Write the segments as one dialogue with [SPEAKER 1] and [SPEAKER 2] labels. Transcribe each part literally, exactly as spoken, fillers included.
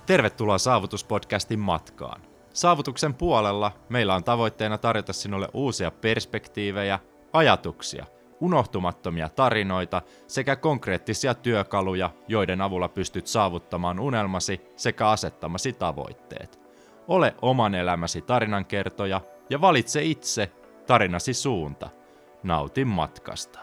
[SPEAKER 1] Tervetuloa Saavutuspodcastin matkaan. Saavutuksen puolella meillä on tavoitteena tarjota sinulle uusia perspektiivejä, ajatuksia, unohtumattomia tarinoita sekä konkreettisia työkaluja, joiden avulla pystyt saavuttamaan unelmasi sekä asettamasi tavoitteet. Ole oman elämäsi tarinankertoja ja valitse itse tarinasi suunta. Nauti matkasta.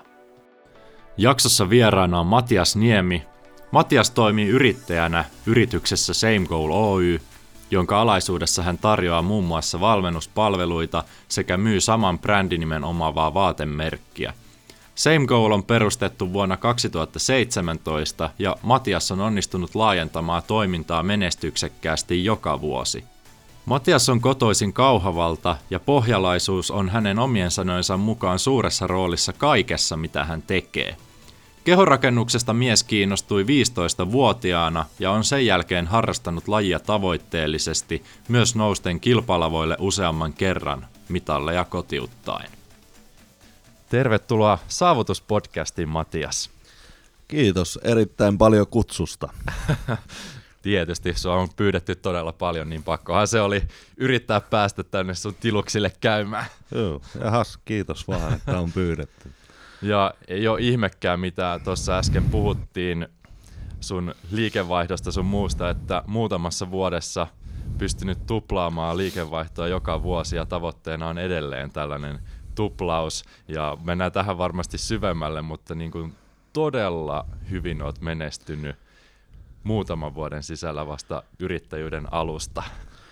[SPEAKER 1] Jaksossa vieraana on Matias Niemi. Matias toimii yrittäjänä yrityksessä Same Goal Oy, jonka alaisuudessa hän tarjoaa muun muassa valmennuspalveluita sekä myy saman brändinimen omaavaa vaatemerkkiä. Same Goal on perustettu vuonna kaksituhattaseitsemäntoista ja Matias on onnistunut laajentamaan toimintaa menestyksekkäästi joka vuosi. Matias on kotoisin Kauhavalta ja pohjalaisuus on hänen omien sanojensa mukaan suuressa roolissa kaikessa, mitä hän tekee. Kehonrakennuksesta mies kiinnostui viisitoistavuotiaana ja on sen jälkeen harrastanut lajia tavoitteellisesti, myös nousten kilpalavoille useamman kerran, mitalleja kotiuttaen. Tervetuloa Saavutuspodcastiin, Matias.
[SPEAKER 2] Kiitos erittäin paljon kutsusta.
[SPEAKER 1] Tietysti, sua on pyydetty todella paljon, niin pakkohan se oli yrittää päästä tänne sun tiluksille käymään.
[SPEAKER 2] Joo, jahas, kiitos vaan, että on pyydetty.
[SPEAKER 1] Ja ei ole ihmekään, mitä tuossa äsken puhuttiin sun liikevaihdosta sun muusta, että muutamassa vuodessa pystynyt tuplaamaan liikevaihtoa joka vuosi ja tavoitteena on edelleen tällainen tuplaus. Ja mennään tähän varmasti syvemmälle, mutta niin kuin todella hyvin oot menestynyt muutaman vuoden sisällä vasta yrittäjyyden alusta.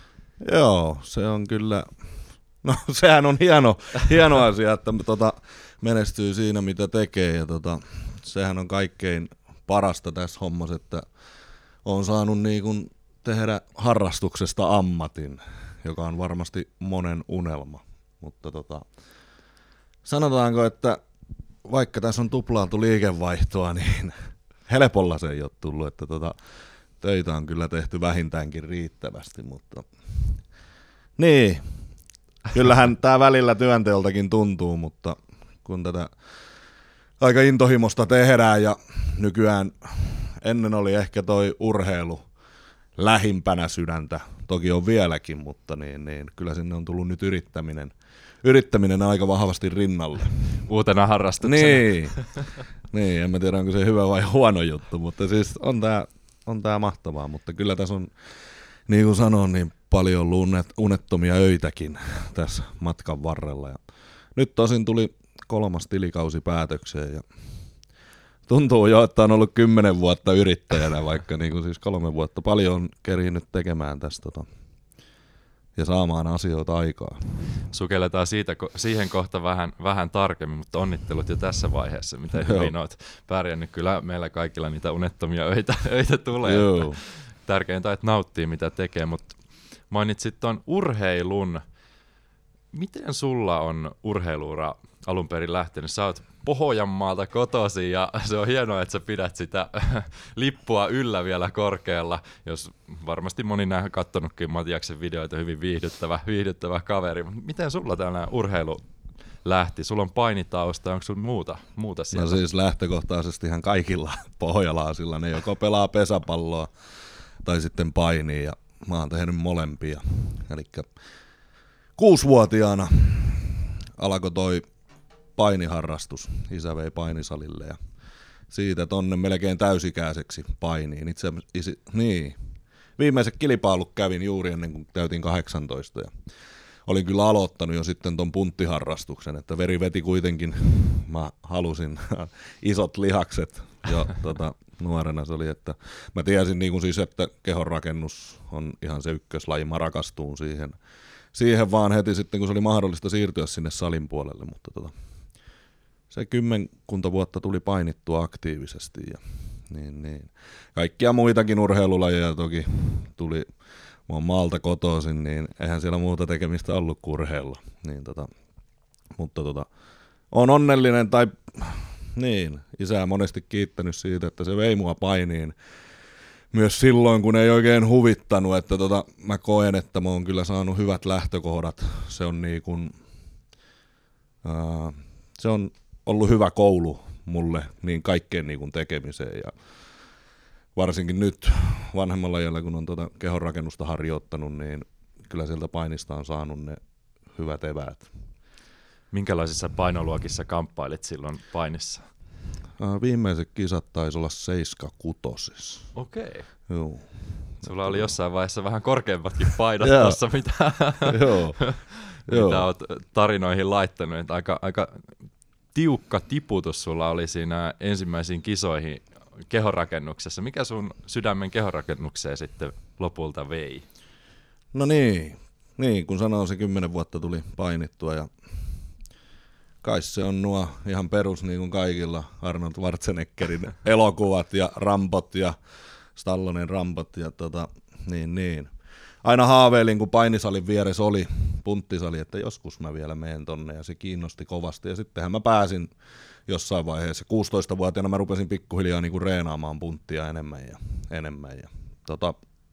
[SPEAKER 2] Joo, se on kyllä, no sehän on hieno, hieno asia, että tota, menestyy siinä mitä tekee ja tota, sehän on kaikkein parasta tässä hommassa, että on saanut niin kuin tehdä harrastuksesta ammatin, joka on varmasti monen unelma, mutta tota, sanotaanko, että vaikka tässä on tuplailtu liikevaihtoa, niin helpolla se ei ole tullut, että tota, töitä on kyllä tehty vähintäänkin riittävästi, mutta niin, kyllähän tämä välillä työnteoltakin tuntuu, mutta kun tätä aika intohimosta tehdään ja nykyään ennen oli ehkä toi urheilu lähimpänä sydäntä, toki on vieläkin, mutta niin, niin, kyllä sinne on tullut nyt yrittäminen, yrittäminen aika vahvasti rinnalle.
[SPEAKER 1] Uutena harrastuksena.
[SPEAKER 2] Niin, niin, en mä tiedä onko se hyvä vai huono juttu, mutta siis on tää, on tää mahtavaa, mutta kyllä tässä on, niin kuin sanoin, niin paljon ollut unet, unettomia öitäkin tässä matkan varrella. Ja nyt tosin tuli kolmas tilikausi päätökseen ja tuntuu jo, että on ollut kymmenen vuotta yrittäjänä, vaikka niin kuin siis kolme vuotta paljon on kerinyt tekemään tästä tota, ja saamaan asioita aikaan.
[SPEAKER 1] Sukelletaan siitä, siihen kohta vähän, vähän tarkemmin, mutta onnittelut jo tässä vaiheessa, miten hyvin olet pärjännyt. Kyllä meillä kaikilla niitä unettomia öitä, öitä tulee. Tärkeintä, että nauttii mitä tekee, mutta mainitsit tuon urheilun. Miten sulla on urheiluura alun perin lähtenyt? Sä oot Pohjanmaalta kotoisin ja se on hienoa, että sä pidät sitä lippua yllä vielä korkealla. Jos varmasti moni näin katsonutkin Matiaksen videoita, hyvin viihdyttävä, viihdyttävä kaveri. Miten sulla tällainen urheilu lähti? Sulla on painitausta, onko sulla muuta, muuta siellä?
[SPEAKER 2] No siis lähtökohtaisesti ihan kaikilla pohjalaisilla. Ne joko pelaa pesäpalloa tai sitten painii ja mä oon tehnyt molempia. Elikkä kuusivuotiaana alkoi toi painiharrastus. Isä vei painisalille ja siitä tonne melkein täysikäiseksi painiin. Itse isi, niin. Viimeiset kilpailut kävin juuri ennen kuin täytin kahdeksantoista ja olin kyllä aloittanut jo sitten ton punttiharrastuksen, että veri veti kuitenkin, mä halusin isot lihakset jo tota, nuorena se oli, että mä tiesin niin kuin siis, että kehonrakennus on ihan se ykköslaji, mä rakastuun siihen, siihen vaan heti sitten, kun se oli mahdollista siirtyä sinne salin puolelle, mutta tota, se kymmenkunta vuotta tuli painittua aktiivisesti ja niin, niin. Kaikkia muitakin urheilulajeja toki tuli, mä oon maalta kotoisin, niin eihän siellä muuta tekemistä ollut kuin urheilla, niin tota, mutta tota, on onnellinen tai niin, isää monesti kiittänyt siitä, että se vei mua painiin myös silloin, kun ei oikein huvittanut, että tota, mä koen, että mä oon kyllä saanut hyvät lähtökohdat, se on niin kuin, ää, se on ollut hyvä koulu mulle niin kaikkeen niin kuin tekemiseen ja varsinkin nyt vanhemmalla iällä, kun on tuota kehonrakennusta harjoittanut, niin kyllä sieltä painista on saanut ne hyvät eväät.
[SPEAKER 1] Minkälaisissa painoluokissa kamppailit silloin painissa?
[SPEAKER 2] Viimeiset kisat taisi olla seitsemän kuusi.
[SPEAKER 1] Okei.
[SPEAKER 2] Joo.
[SPEAKER 1] Sulla oli jossain vaiheessa vähän korkeammatkin painot tuossa, mitä,
[SPEAKER 2] Joo.
[SPEAKER 1] mitä olet tarinoihin laittanut. Että aika, aika tiukka tiputus sulla oli siinä ensimmäisiin kisoihin kehonrakennuksessa. Mikä sun sydämen kehonrakennukseen sitten lopulta vei?
[SPEAKER 2] No niin, niin kun sanoo, se kymmenen vuotta tuli painittua ja kai se on nuo ihan perus niin kuin kaikilla Arnold Schwarzeneggerin elokuvat ja Rambot ja Stallonen Rambot ja tota, niin niin. Aina haaveilin, kun painisalin vieressä oli punttisali, että joskus mä vielä menen tonne ja se kiinnosti kovasti ja sittenhän mä pääsin jossain vaiheessa. kuusitoistavuotiaana mä rupesin pikkuhiljaa niin kuin reenaamaan punttia enemmän ja enemmän ja tota,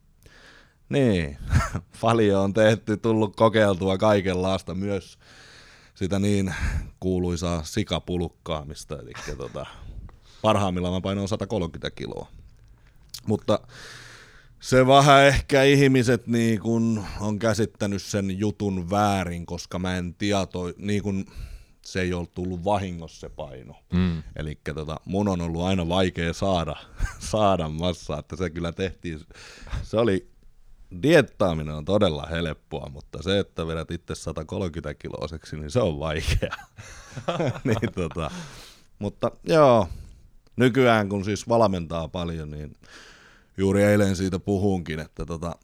[SPEAKER 2] niin, paljon on tehty, tullut kokeiltua kaikenlaista, myös sitä niin kuuluisaa sikapulkkaamista, eli tota, parhaimmillaan mä painoin sata kolmekymmentä kiloa. Mutta se vähän ehkä ihmiset niin kun on käsittänyt sen jutun väärin, koska mä en tieto, niin kun se ei ole tullut vahingossa se paino. Mm. Eli tota, mun on ollut aina vaikea saada, saada massaa, että se kyllä tehtiin, se oli, diettaaminen on todella helppoa, mutta se, että vedät itse sata kolmekymmentä kiloiseksi, niin se on vaikea. niin, tota, mutta joo, nykyään kun siis valmentaa paljon, niin juuri eilen siitä puhunkin, että tota,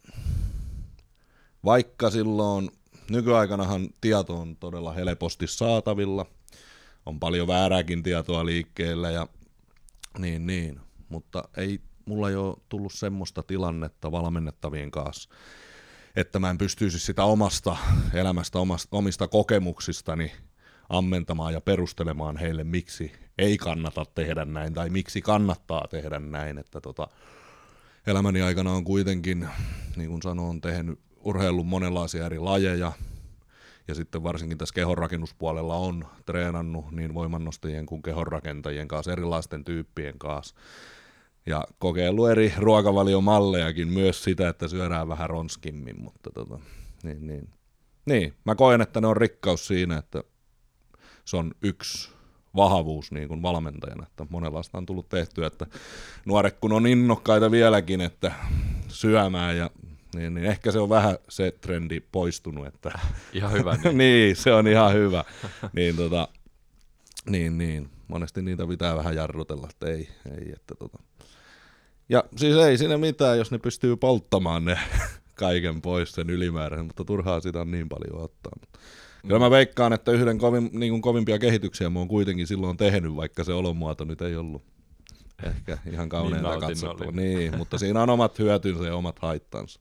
[SPEAKER 2] vaikka silloin nykyaikanahan tieto on todella helposti saatavilla, on paljon väärääkin tietoa liikkeellä ja niin niin, mutta ei mulla ei ole tullut semmoista tilannetta valmennettavien kanssa, että mä en pystyisi sitä omasta elämästä, omasta, omista kokemuksistani ammentamaan ja perustelemaan heille, miksi ei kannata tehdä näin tai miksi kannattaa tehdä näin, että tota, elämäni aikana on kuitenkin, niin kuin sanoin, on tehnyt urheillut monenlaisia eri lajeja, ja sitten varsinkin tässä kehonrakennuspuolella on treenannut niin voimannostajien kuin kehonrakentajien kanssa, erilaisten tyyppien kanssa, ja kokeillut eri ruokavaliomallejakin, myös sitä, että syödään vähän ronskimmin, mutta tota, niin, niin. niin, mä koen, että ne on rikkaus siinä, että se on yksi vahvuus niin kuin valmentajana, että monenlaista on tullut tehtyä, että nuoret kun on innokkaita vieläkin, että syömään ja niin, niin ehkä se on vähän se trendi poistunut, että
[SPEAKER 1] ihan hyvä. Niin,
[SPEAKER 2] niin se on ihan hyvä. niin, tota, niin, niin, monesti niitä pitää vähän jarrutella, että ei, ei että tota. Ja siis ei siinä mitään, jos ne pystyy polttamaan ne kaiken pois sen ylimääräisen, mutta turhaa sitä on niin paljon ottaa. Kyllä mä veikkaan, että yhden kovin, niin kuin kovimpia kehityksiä mä oon kuitenkin silloin tehnyt, vaikka se olomuoto nyt ei ollut ehkä ihan kauneinta niin katsottava. Niin, mutta siinä on omat hyötynsä ja omat haittansa.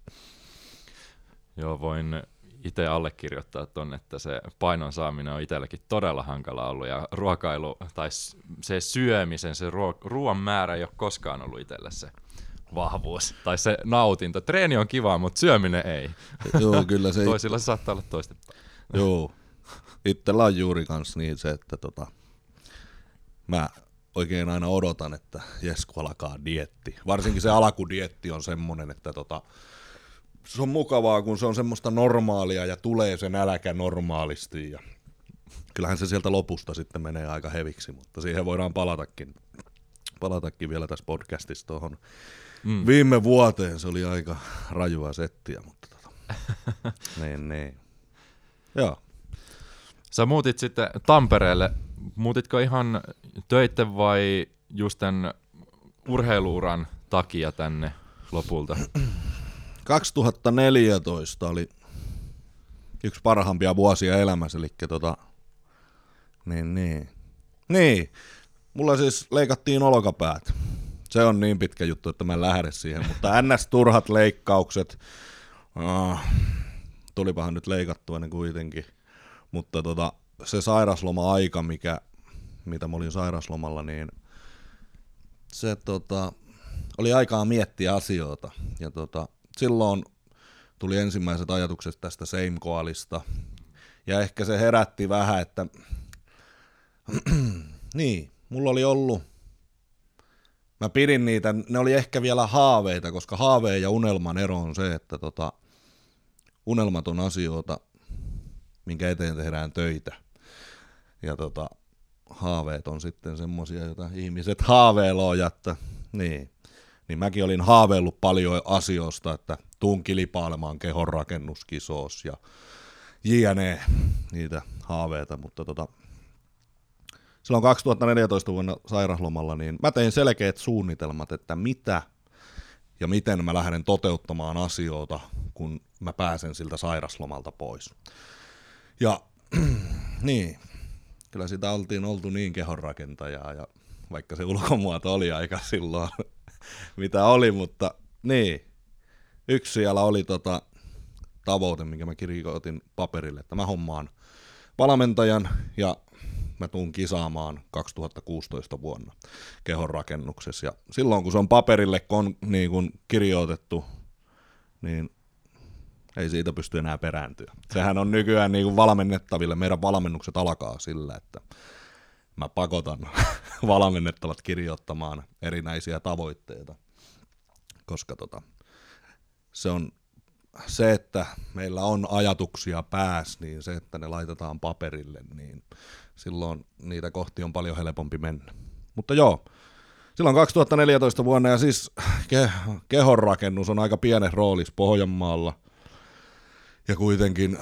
[SPEAKER 1] Joo, voin itse allekirjoittaa ton, että se painon saaminen on itselläkin todella hankala ollut, ja ruokailu tai se syömisen, se ruo- ruoan määrä ei ole koskaan ollut itselle se vahvuus tai se nautinto. Treeni on kiva, mutta syöminen ei.
[SPEAKER 2] Joo, kyllä se
[SPEAKER 1] toisilla se saattaa olla toistepäin.
[SPEAKER 2] Joo, itsellä on juuri kans niin se, että tota, mä oikein aina odotan, että jes kun alkaa dieetti. Varsinkin se alkudieetti on semmonen, että tota, se on mukavaa, kun se on semmoista normaalia ja tulee se nälkä normaalisti. Ja kyllähän se sieltä lopusta sitten menee aika heviksi, mutta siihen voidaan palatakin, palatakin vielä tässä podcastissa tuohon mm. viime vuoteen. Se oli aika rajua settiä, mutta tota, niin niin. Joo.
[SPEAKER 1] Sä muutit sitten Tampereelle. Muutitko ihan töitten vai just tämän urheiluuran takia tänne lopulta?
[SPEAKER 2] kaksituhattaneljätoista oli yksi parhaimpia vuosia elämässä, eli tota, niin, niin. Niin, mulla siis leikattiin olkapäät. Se on niin pitkä juttu, että mä en lähde siihen, mutta ns-turhat leikkaukset, ah, tulipahan nyt leikattua ne kuitenkin, mutta tota, se sairasloma-aika, mikä, mitä mä olin sairaslomalla, niin se tota, oli aikaa miettiä asioita, ja tota, silloin tuli ensimmäiset ajatukset tästä Seimkoalista, ja ehkä se herätti vähän, että niin, mulla oli ollut, mä pidin niitä, ne oli ehkä vielä haaveita, koska haaveen ja unelman ero on se, että tota, unelmat on asioita, minkä eteen tehdään töitä. Ja tota, haaveet on sitten semmosia, joita ihmiset haaveiloo, että niin. Niin mäkin olin haaveillut paljon asioista, että tuun kilpailemaan kehonrakennuskisoos ja jne. Niitä haaveita, mutta tota, silloin kaksituhattaneljätoista vuonna sairaslomalla, niin mä tein selkeät suunnitelmat, että mitä ja miten mä lähden toteuttamaan asioita, kun mä pääsen siltä sairaslomalta pois. Ja niin, kyllä sitä oltiin oltu niin kehonrakentajaa, ja vaikka se ulkomuoto oli aika silloin, mitä oli, mutta niin, yksi siellä oli tota tavoite, minkä mä kirjoitin paperille, että mä hommaan valmentajan ja mä tuun kisaamaan kaksituhattakuusitoista vuonna kehonrakennuksessa. Ja silloin kun se on paperille kon, niin kun kirjoitettu, niin ei siitä pysty enää perääntyä. Sehän on nykyään niin kuin valmennettaville, meidän valmennukset alkaa sillä, että mä pakotan valmennettavat kirjoittamaan erinäisiä tavoitteita, koska tota, se on se, että meillä on ajatuksia päässä, niin se, että ne laitetaan paperille, niin silloin niitä kohti on paljon helpompi mennä. Mutta joo, silloin kaksituhattaneljätoista vuonna, ja siis ke- kehonrakennus on aika pienessä roolissa Pohjanmaalla, ja kuitenkin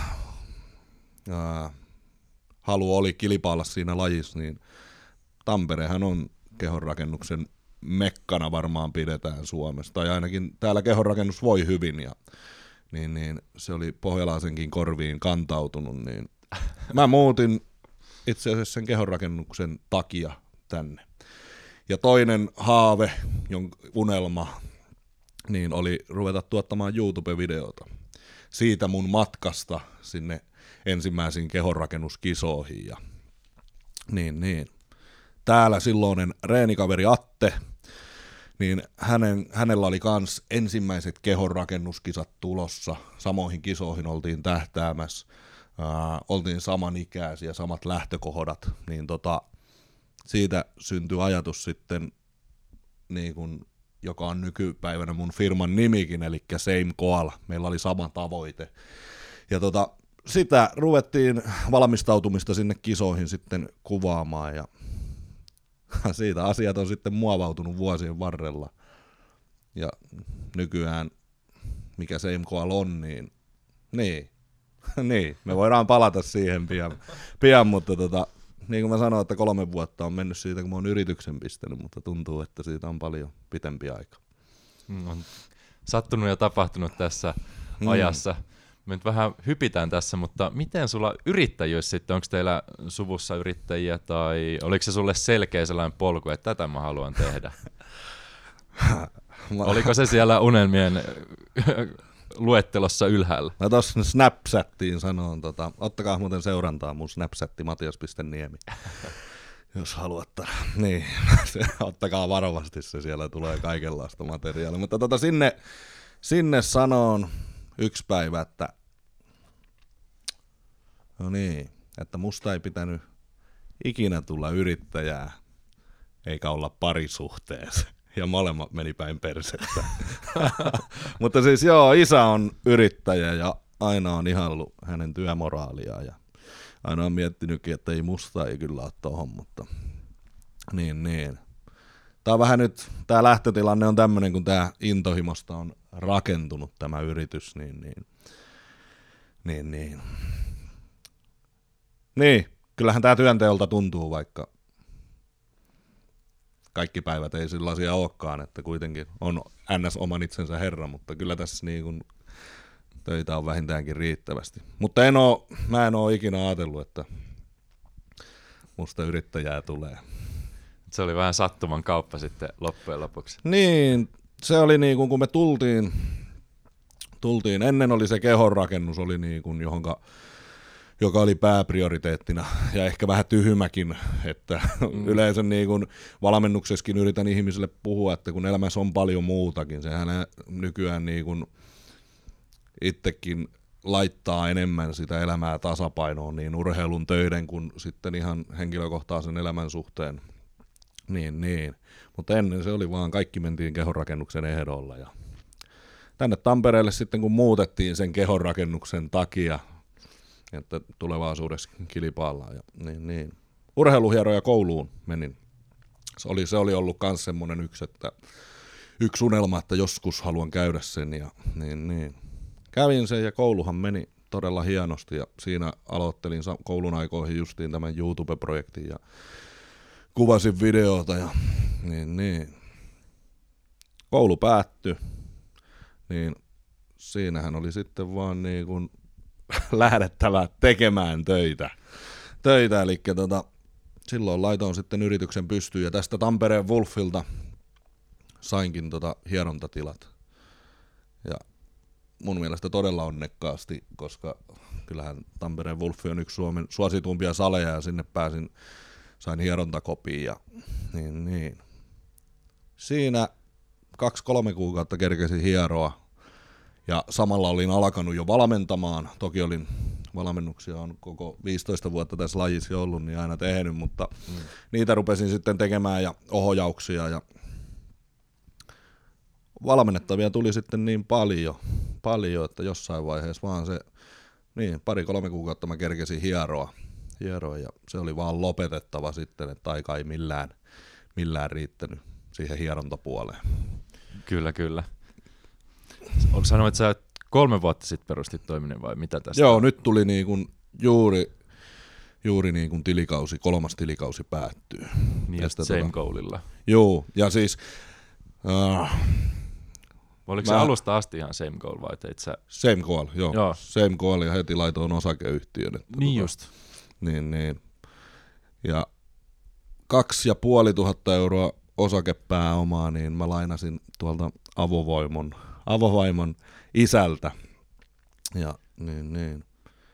[SPEAKER 2] ää, halu oli kilpailla siinä lajissa, niin Tamperehan on kehonrakennuksen mekkana varmaan pidetään Suomessa, tai ainakin täällä kehonrakennus voi hyvin, ja niin, niin se oli pohjalaisenkin korviin kantautunut, niin mä muutin itse asiassa sen kehonrakennuksen takia tänne. Ja toinen haave, jonka unelma, niin oli ruveta tuottamaan YouTube-videota siitä mun matkasta sinne ensimmäisiin kehonrakennuskisoihin. Ja niin, niin. Täällä silloinen reenikaveri Atte, niin hänen, hänellä oli kans ensimmäiset kehonrakennuskisat tulossa. Samoihin kisoihin oltiin tähtäämässä. Ää, oltiin samanikäisiä, samat lähtökohdat. Niin tota, siitä syntyi ajatus sitten, niin kun, joka on nykypäivänä mun firman nimikin, eli Same Koala. Meillä oli sama tavoite. Ja tota, sitä ruvettiin valmistautumista sinne kisoihin sitten kuvaamaan, ja siitä asiat on sitten muovautunut vuosien varrella. Ja nykyään, mikä se M K L on, niin, niin, niin, me voidaan palata siihen pian, pian mutta tota, niin kuin mä sanoin, että kolme vuotta on mennyt siitä, kun mä oon yrityksen pistänyt, mutta tuntuu, että siitä on paljon pitempi aika.
[SPEAKER 1] On sattunut ja tapahtunut tässä mm. ajassa. Me nyt vähän hypitään tässä, mutta miten sulla yrittäjyys sitten, onko teillä suvussa yrittäjiä tai oliko se sulle selkeä sellainen polku, että tätä mä haluan tehdä? mä... Oliko se siellä unelmien luettelossa ylhäällä?
[SPEAKER 2] Mä tossa Snapchattiin sanon, tota, ottakaa muuten seurantaa mun Snapchatti matias piste niemi. Jos haluatte, niin se, ottakaa varovasti, se siellä tulee kaikenlaista materiaalia, mutta tota, sinne, sinne sanon yksi päivä, että no niin, että musta ei pitänyt ikinä tulla yrittäjää, eikä olla parisuhteessa. Ja molemmat meni päin persettä. Mutta siis joo, isä on yrittäjä ja aina on ihaillut hänen työmoraaliaan. Ja aina on miettinytkin, että ei musta ei kyllä ole tohon, mutta niin niin. Tää on vähän nyt, tää lähtötilanne on tämmönen, kun tää intohimosta on rakentunut tämä yritys, niin niin. Niin niin. Niin, kyllähän tää työnteolta tuntuu, vaikka kaikki päivät ei sellaisia olekaan, että kuitenkin on ns. Oman itsensä herra, mutta kyllä tässä niin kuin töitä on vähintäänkin riittävästi. Mutta en oo, mä en oo ikinä ajatellut, että musta yrittäjää tulee.
[SPEAKER 1] Se oli vähän sattuman kauppa sitten loppujen lopuksi.
[SPEAKER 2] Niin, se oli niin kuin kun me tultiin, tultiin ennen oli se kehonrakennus, oli niin kuin johonka joka oli pääprioriteettina ja ehkä vähän tyhmäkin, että mm. yleensä niin kuin valmennuksessakin yritän ihmisille puhua, että kun elämässä on paljon muutakin, sehän nykyään niin kuin itsekin laittaa enemmän sitä elämää tasapainoon niin urheilun töiden kuin sitten ihan henkilökohtaisen elämän suhteen. Niin, niin. Mutta ennen se oli vaan, kaikki mentiin kehonrakennuksen ehdolla. Ja tänne Tampereelle sitten, kun muutettiin sen kehonrakennuksen takia, että tulevaisuudessa kilpaillaan. Ja niin, niin. Urheiluhieroja kouluun menin. Se oli, se oli ollut myös semmoinen yksi, että yksi unelma, että joskus haluan käydä sen. Ja niin, niin. Kävin sen ja kouluhan meni todella hienosti ja siinä aloittelin koulun aikoihin justiin tämän YouTube-projektin ja kuvasin videota ja niin, niin. Koulu päättyi, niin siinähän oli sitten vaan niin kuin lähdettävä tekemään töitä. töitä eli tota, silloin laitoin sitten yrityksen pystyyn ja tästä Tampereen Wolfilta sainkin tota hierontatilat. Ja mun mielestä todella onnekkaasti, koska kyllähän Tampereen Wolf on yksi Suomen suosituimpia saleja ja sinne pääsin, sain hierontakopiin ja niin, niin. Siinä kaksi-kolme kuukautta kerkesin hieroa ja samalla olin alkanut jo valmentamaan. Toki olin valmennuksia on koko viisitoista vuotta tässä lajissa ollut, niin aina tehnyt, mutta mm. niitä rupesin sitten tekemään ja ohjauksia ja valmennettavia tuli sitten niin paljon, paljon, että jossain vaiheessa vaan se, niin pari-kolme kuukautta mä kerkesin hieroa, hieroa ja se oli vaan lopetettava sitten, että aika ei millään, millään riittänyt siihen hierontapuoleen.
[SPEAKER 1] Kyllä, kyllä. Onko sanoa, että sä kolme vuotta sitten perustit toiminen vai mitä tästä?
[SPEAKER 2] Joo, nyt tuli niin kuin juuri, juuri niin kuin tilikausi, kolmas tilikausi päättyy.
[SPEAKER 1] Niin just same tuota, goalilla.
[SPEAKER 2] Joo, ja siis Uh,
[SPEAKER 1] Oliko mä, se alusta asti ihan same goal vai teit sä?
[SPEAKER 2] Same goal, joo. joo. Same goal ja heti laitoin osakeyhtiön. Että
[SPEAKER 1] niin
[SPEAKER 2] tota,
[SPEAKER 1] just.
[SPEAKER 2] Niin, niin. Ja kaksi ja puoli tuhatta euroa osakepääomaa, niin mä lainasin tuolta avovoimon, avovaimon isältä. Ja niin, niin.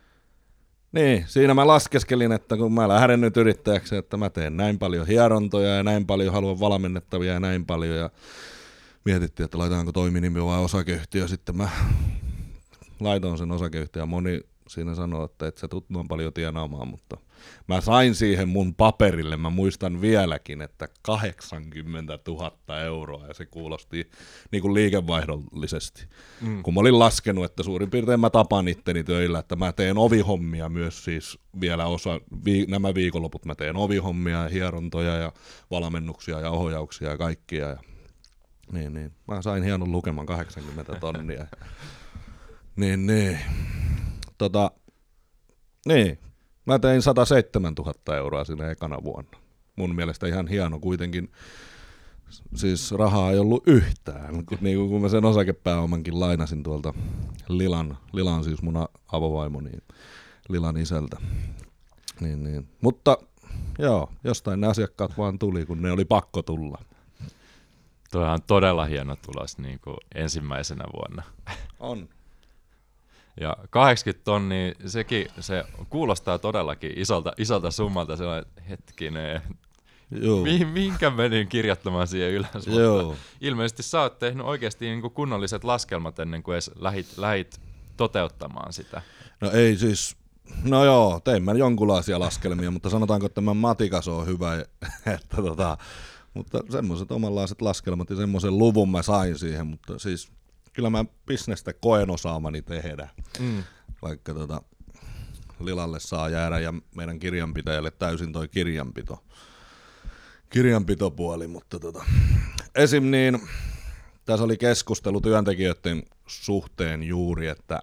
[SPEAKER 2] Niin, siinä mä laskeskelin, että kun mä lähden nyt yrittäjäksi, että mä teen näin paljon hierontoja ja näin paljon haluan valmennettavia ja näin paljon ja mietittiin, että laitaanko toiminimi vai osakeyhtiö. Sitten mä laitoin sen osakeyhtiön ja moni siinä sanoi, että et sä tulet noin paljon tienaamaan, mutta mä sain siihen mun paperille, mä muistan vieläkin, että kahdeksankymmentätuhatta euroa ja se kuulosti niin kuin liikevaihdollisesti. Mm. Kun mä olin laskenut, että suurin piirtein mä tapan itteni töillä, että mä teen ovihommia myös siis vielä osa, vi, nämä viikonloput mä teen ovihommia ja hierontoja ja valmennuksia ja ohjauksia ja kaikkia. Ja, niin, niin. Mä sain hienon lukeman kahdeksankymmentä tonnia. niin, niin. Tota, niin. Mä tein sata seitsemän tuhatta euroa siinä ekana vuonna. Mun mielestä ihan hieno kuitenkin. Siis rahaa ei ollut yhtään, kun, niin kun mä sen osakepääomankin lainasin tuolta Lilan, Lilan siis mun avovaimo, niin Lilan isältä. Niin, niin. Mutta joo, jostain ne asiakkaat vaan tuli, kun ne oli pakko tulla.
[SPEAKER 1] Tuo on todella hieno tulos niin kuin ensimmäisenä vuonna.
[SPEAKER 2] On.
[SPEAKER 1] Ja kahdeksankymmentä tonnia, sekin se kuulostaa todellakin isolta, isolta summalta, sellainen hetkinen, Mi- minkä menin kirjoittamaan siihen ylös, mutta ilmeisesti sä oot tehnyt oikeasti niin kuin kunnolliset laskelmat ennen kuin edes lähit, lähit toteuttamaan sitä.
[SPEAKER 2] No ei siis, no joo, tein mä jonkunlaisia laskelmia, mutta sanotaanko, että mä matikas on hyvä, että tota, mutta semmoiset omanlaiset laskelmat ja semmoisen luvun mä sain siihen, mutta siis kyllä mä bisnestä koen osaamani tehdä, mm. vaikka tota, Lilalle saa jäädä ja meidän kirjanpitäjälle täysin toi kirjanpito, kirjanpitopuoli, mutta tota, esim. Niin, tässä oli keskustelu työntekijöiden suhteen juuri, että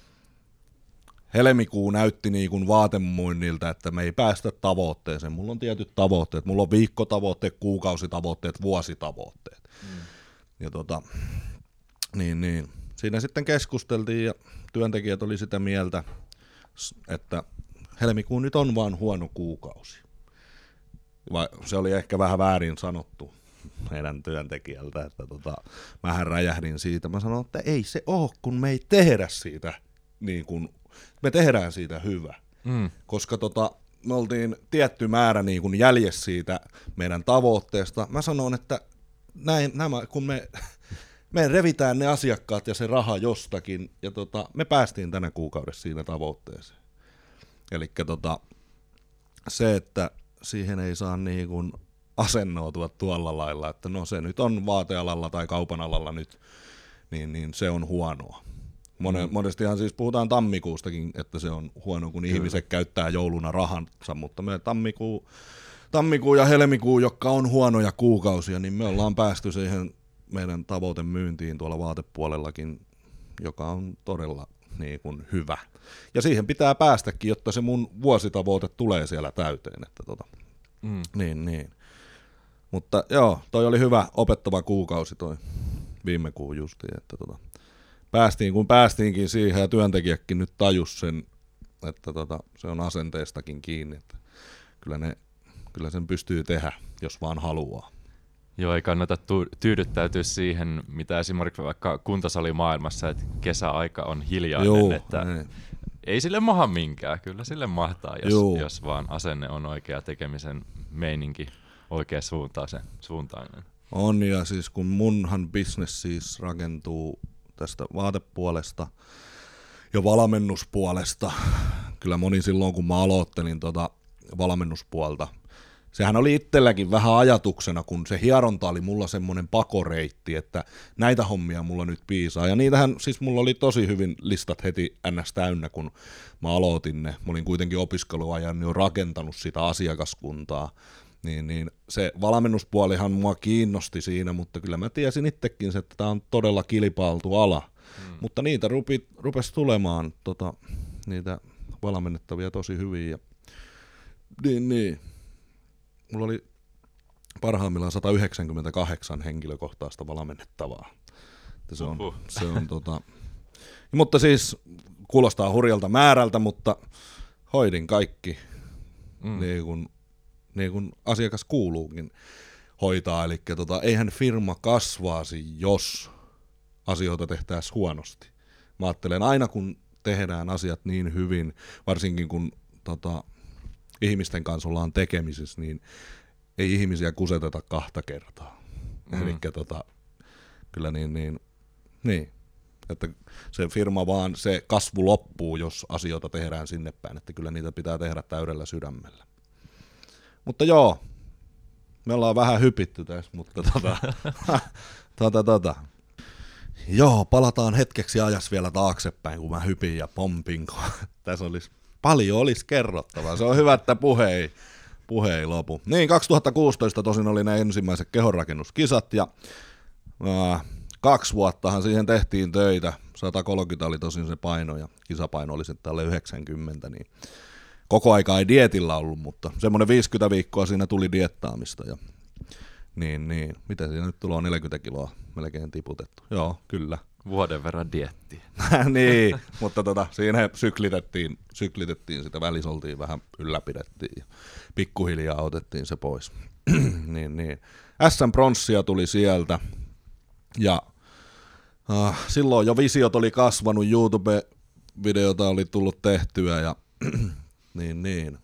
[SPEAKER 2] helmikuu näytti niin kuin vaatemuinnilta, että me ei päästä tavoitteeseen. Mulla on tietyt tavoitteet, mulla on viikkotavoitteet, kuukausitavoitteet, vuositavoitteet. Mm. Ja tota, niin, niin. Siinä sitten keskusteltiin ja työntekijät oli sitä mieltä, että helmikuu nyt on vaan huono kuukausi. Vai se oli ehkä vähän väärin sanottu meidän työntekijältä, että tota, mähän räjähdin siitä. Mä sanoin, että ei se ole, kun me ei tehdä siitä, niin kuin, me tehdään siitä hyvä. Mm. Koska tota, me oltiin tietty määrä niin kuin jäljessä siitä meidän tavoitteesta. Mä sanon, että näin, nämä, kun me... Me revitään ne asiakkaat ja se raha jostakin, ja tota, me päästiin tänä kuukaudessa siinä tavoitteeseen. Elikkä tota, se, että siihen ei saa niin kuin asennoitua tuolla lailla, että no se nyt on vaatealalla tai kaupan alalla nyt, niin, niin se on huonoa. Mone, mm. Monestihan siis puhutaan tammikuustakin, että se on huono, kun Kyllä. ihmiset käyttää jouluna rahansa, mutta me tammikuu, tammikuu ja helmikuu, jotka on huonoja kuukausia, niin me ollaan päästy siihen meidän tavoitemyyntiin tuolla vaatepuolellakin, joka on todella niin kuin hyvä. Ja siihen pitää päästäkin, jotta se mun vuositavoite tulee siellä täyteen. Että tota. mm. Niin, niin. Mutta joo, toi oli hyvä opettava kuukausi toi viime kuu justiin, että tota. Päästiin kun päästiinkin siihen ja työntekijäkin nyt tajus sen, että tota, se on asenteestakin kiinni, että kyllä, ne, kyllä sen pystyy tehdä, jos vaan haluaa.
[SPEAKER 1] Joo, ei kannata tu- tyydyttäytyä siihen, mitä esimerkiksi vaikka kuntosalimaailmassa, että kesäaika on hiljainen, Joo, että ne. ei sille maha minkään, kyllä sille mahtaa, jos, jos vaan asenne on oikea, tekemisen meininki oikea suuntainen.
[SPEAKER 2] On, ja siis kun munhan business siis rakentuu tästä vaatepuolesta ja valmennuspuolesta, kyllä moni silloin kun mä aloittelin tota valmennuspuolta, sehän oli itselläkin vähän ajatuksena, kun se hieronta oli mulla semmoinen pakoreitti, että näitä hommia mulla nyt piisaa. Ja niitähän, siis mulla oli tosi hyvin listat heti ns. Täynnä, kun mä aloitin ne. Mä olin kuitenkin opiskeluajan jo rakentanut sitä asiakaskuntaa. Niin, niin se valmennuspuolihan mua kiinnosti siinä, mutta kyllä mä tiesin itsekin, että tämä on todella kilpailtu ala. Hmm. Mutta niitä rupi, rupesi tulemaan tota, niitä valmennettavia tosi hyvin. Ja, niin, niin. Mulla oli parhaimmillaan sata yhdeksänkymmentäkahdeksan henkilökohtaista valmennettavaa. Se on, uh-huh. se on tota, mutta siis kuulostaa hurjalta määrältä, mutta hoidin kaikki mm. niin, kuin, niin kuin asiakas kuuluukin hoitaa. Eli tota, eihän firma kasvaisi, jos asioita tehtäisiin huonosti. Mä ajattelen aina, kun tehdään asiat niin hyvin, varsinkin kun tota, ihmisten kanssa ollaan tekemisissä, niin ei ihmisiä kuseteta kahta kertaa. Mm. Elikkä tota, kyllä niin, niin, niin, että se firma vaan, se kasvu loppuu, jos asioita tehdään sinne päin, että kyllä niitä pitää tehdä täydellä sydämellä. Mutta joo, me ollaan vähän hypitty tässä, mutta tota, tota, tota. Joo, palataan hetkeksi ajas vielä taaksepäin, kun mä hypin ja pompin, kun tässä olisi paljon olisi kerrottavaa. Se on hyvä, että puhe ei, puhe ei lopu. Niin, kaksituhattakuusitoista tosin oli ne ensimmäiset kehonrakennuskisat ja ää, kaksi vuottahan siihen tehtiin töitä. sata kolmekymmentä oli tosin se paino ja kisapaino oli sitten alle yhdeksänkymmentä, niin koko aika ei dietillä ollut, mutta semmoinen viisikymmentä viikkoa siinä tuli diettaamista. Ja, niin, niin. Mitä siinä nyt tulee, neljäkymmentä kiloa melkein tiputettu. Joo, kyllä.
[SPEAKER 1] Vuoden verran dieettiä.
[SPEAKER 2] Niin, mutta tota, siinä syklitettiin, syklitettiin sitä, välissä oltiin vähän ylläpidettiin ja pikkuhiljaa otettiin se pois. niin, niin. S M-pronssia tuli sieltä ja äh, silloin jo visiot oli kasvanut, YouTube-videota oli tullut tehtyä ja niin, niin.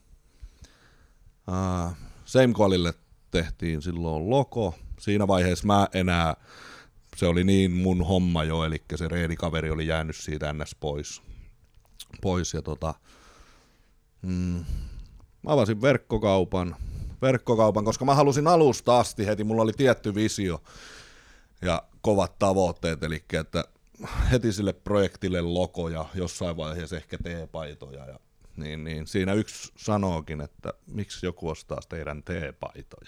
[SPEAKER 2] Äh, Seimkoalille tehtiin silloin logo. Siinä vaiheessa mä enää, se oli niin mun homma jo, eli se reedikaveri oli jäänyt siitä ns. pois. pois ja tota, mm, mä avasin verkkokaupan, verkkokaupan, koska mä halusin alusta asti heti, mulla oli tietty visio ja kovat tavoitteet, eli että heti sille projektille logo ja jossain vaiheessa ehkä T-paitoja ja niin, niin. Siinä yksi sanookin, että miksi joku ostaa teidän T-paitoja.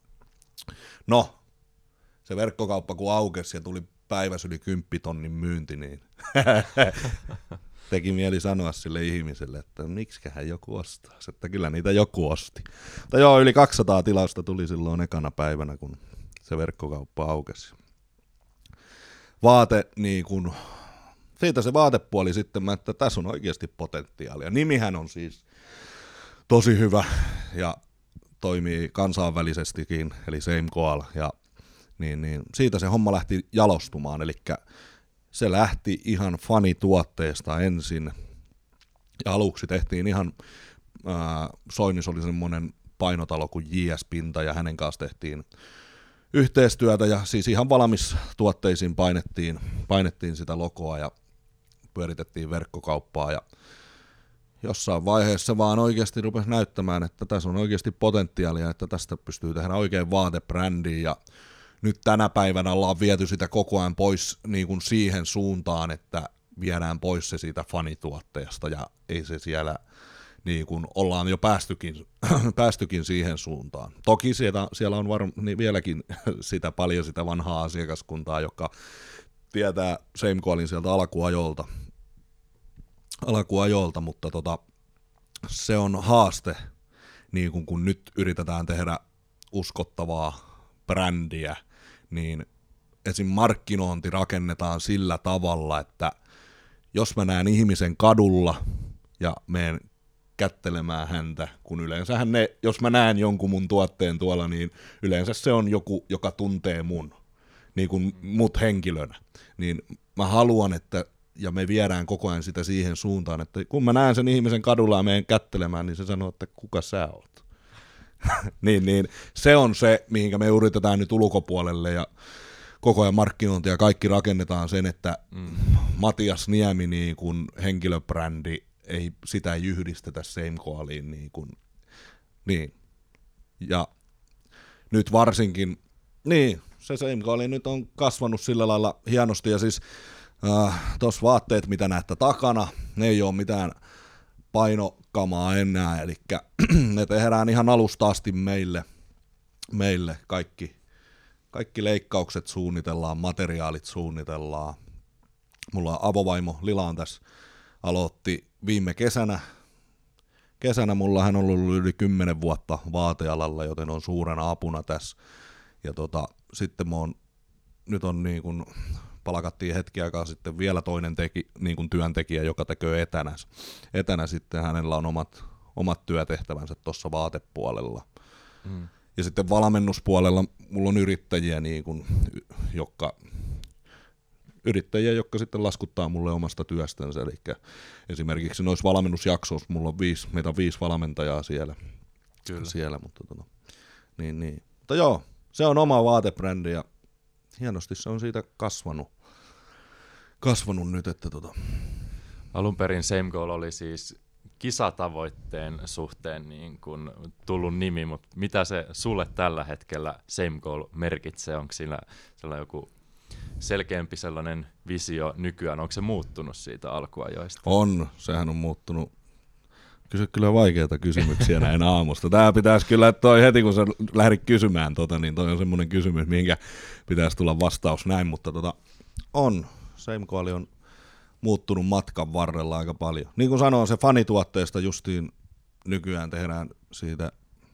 [SPEAKER 2] No, se verkkokauppa kun aukesi ja tuli päivässä yli kymppitonnin myynti, niin teki mieli sanoa sille ihmiselle, että miksiköhän joku ostaa, että kyllä niitä joku osti. Mutta joo, yli kaksisataa tilausta tuli silloin ekana päivänä, kun se verkkokauppa aukesi. Vaate, niin kun, siitä se vaatepuoli sitten, että tässä on oikeasti potentiaalia. Nimihän on siis tosi hyvä ja toimii kansainvälisestikin, eli Same Koal, ja niin, niin, siitä se homma lähti jalostumaan, eli se lähti ihan fanituotteesta ensin, ja aluksi tehtiin ihan, ää, Soinis oli semmoinen painotalo kuin J S-pinta, ja hänen kanssa tehtiin yhteistyötä, ja siis ihan valmis tuotteisiin painettiin, painettiin sitä logoa, ja pyöritettiin verkkokauppaa, ja jossain vaiheessa vaan oikeasti rupesi näyttämään, että tässä on oikeasti potentiaalia, että tästä pystyy tehdä oikein vaatebrändiä ja nyt tänä päivänä ollaan viety sitä koko ajan pois niin kuin siihen suuntaan, että viedään pois se siitä fanituotteesta ja ei se siellä niin kuin ollaan jo päästykin, päästykin siihen suuntaan. Toki siellä, siellä on varm, niin vieläkin sitä paljon sitä vanhaa asiakaskuntaa, joka tietää Same Callin sieltä alkuajolta, alkuajolta mutta tota, se on haaste, niin kun, kun nyt yritetään tehdä uskottavaa brändiä, niin esim. Markkinointi rakennetaan sillä tavalla, että jos mä näen ihmisen kadulla ja menen kättelemään häntä, kun yleensähän ne, jos mä näen jonkun mun tuotteen tuolla, niin yleensä se on joku, joka tuntee mun, niin kuin mut henkilönä, niin mä haluan, että, ja me viedään koko ajan sitä siihen suuntaan, että kun mä näen sen ihmisen kadulla ja menen kättelemään, niin se sanoo, että kuka sä oot. niin, niin, se on se, mihinkä me yritetään nyt ulkopuolelle, ja koko ajan markkinointi ja kaikki rakennetaan sen, että mm. Matias Niemi niin kuin henkilöbrändi, ei, sitä ei yhdistetä Same Calliin, niin kuin, niin, ja nyt varsinkin, niin, se Same Call nyt on kasvanut sillä lailla hienosti, ja siis äh, tuossa vaatteet, mitä näette takana, ne ei ole mitään painokamaa enää, eli ne tehdään ihan alusta asti meille, meille kaikki, kaikki leikkaukset suunnitellaan, materiaalit suunnitellaan. Mulla on avovaimo Lila on tässä, aloitti viime kesänä, kesänä mulla hän on ollut yli kymmenen vuotta vaatealalla, joten on suurena apuna tässä. Ja tota, sitten mä oon, nyt on niin kuin, palkattiin hetki aikaa sitten vielä toinen teki, niin kuin työntekijä, joka tekee etänä. Etänä sitten hänellä on omat, omat työtehtävänsä tuossa vaatepuolella. Mm. Ja sitten valmennuspuolella mulla on yrittäjiä, niin kuin, jotka, yrittäjiä, jotka sitten laskuttaa mulle omasta työstänsä. Eli esimerkiksi noissa valmennusjaksoissa mulla on viisi, meitä on viisi valmentajaa siellä. Kyllä. siellä mutta, tota, niin, niin. mutta joo. Se on oma vaatebrändi ja hienosti se on siitä kasvanut, kasvanut nyt. Että tota.
[SPEAKER 1] Alun perin Same Call oli siis kisatavoitteen suhteen niin kun tullut nimi, mutta mitä se sulle tällä hetkellä Same Call merkitsee? Onko siinä sellainen joku selkeämpi sellainen visio nykyään? Onko se muuttunut siitä alkuajoista?
[SPEAKER 2] On, sehän on muuttunut. Kysy kyllä vaikeita kysymyksiä näin aamusta. Tää pitäisi kyllä, että toi heti kun sä lähdit kysymään, tota, niin toi on semmoinen kysymys, minkä pitäisi tulla vastaus näin, mutta tota, on. Same Call on muuttunut matkan varrella aika paljon. Niin kuin sanoin, se fanituotteesta justiin nykyään tehdään siitä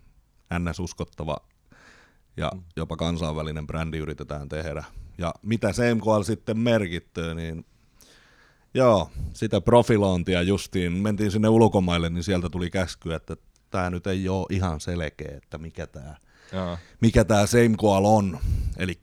[SPEAKER 2] N S-uskottava ja jopa kansainvälinen brändi yritetään tehdä. Ja mitä Same Call sitten merkittyy, niin joo, sitä profilointia justiin, mentiin sinne ulkomaille, niin sieltä tuli käsky, että tämä nyt ei ole ihan selkeä, että mikä tämä mikä tää Same Call on. Eli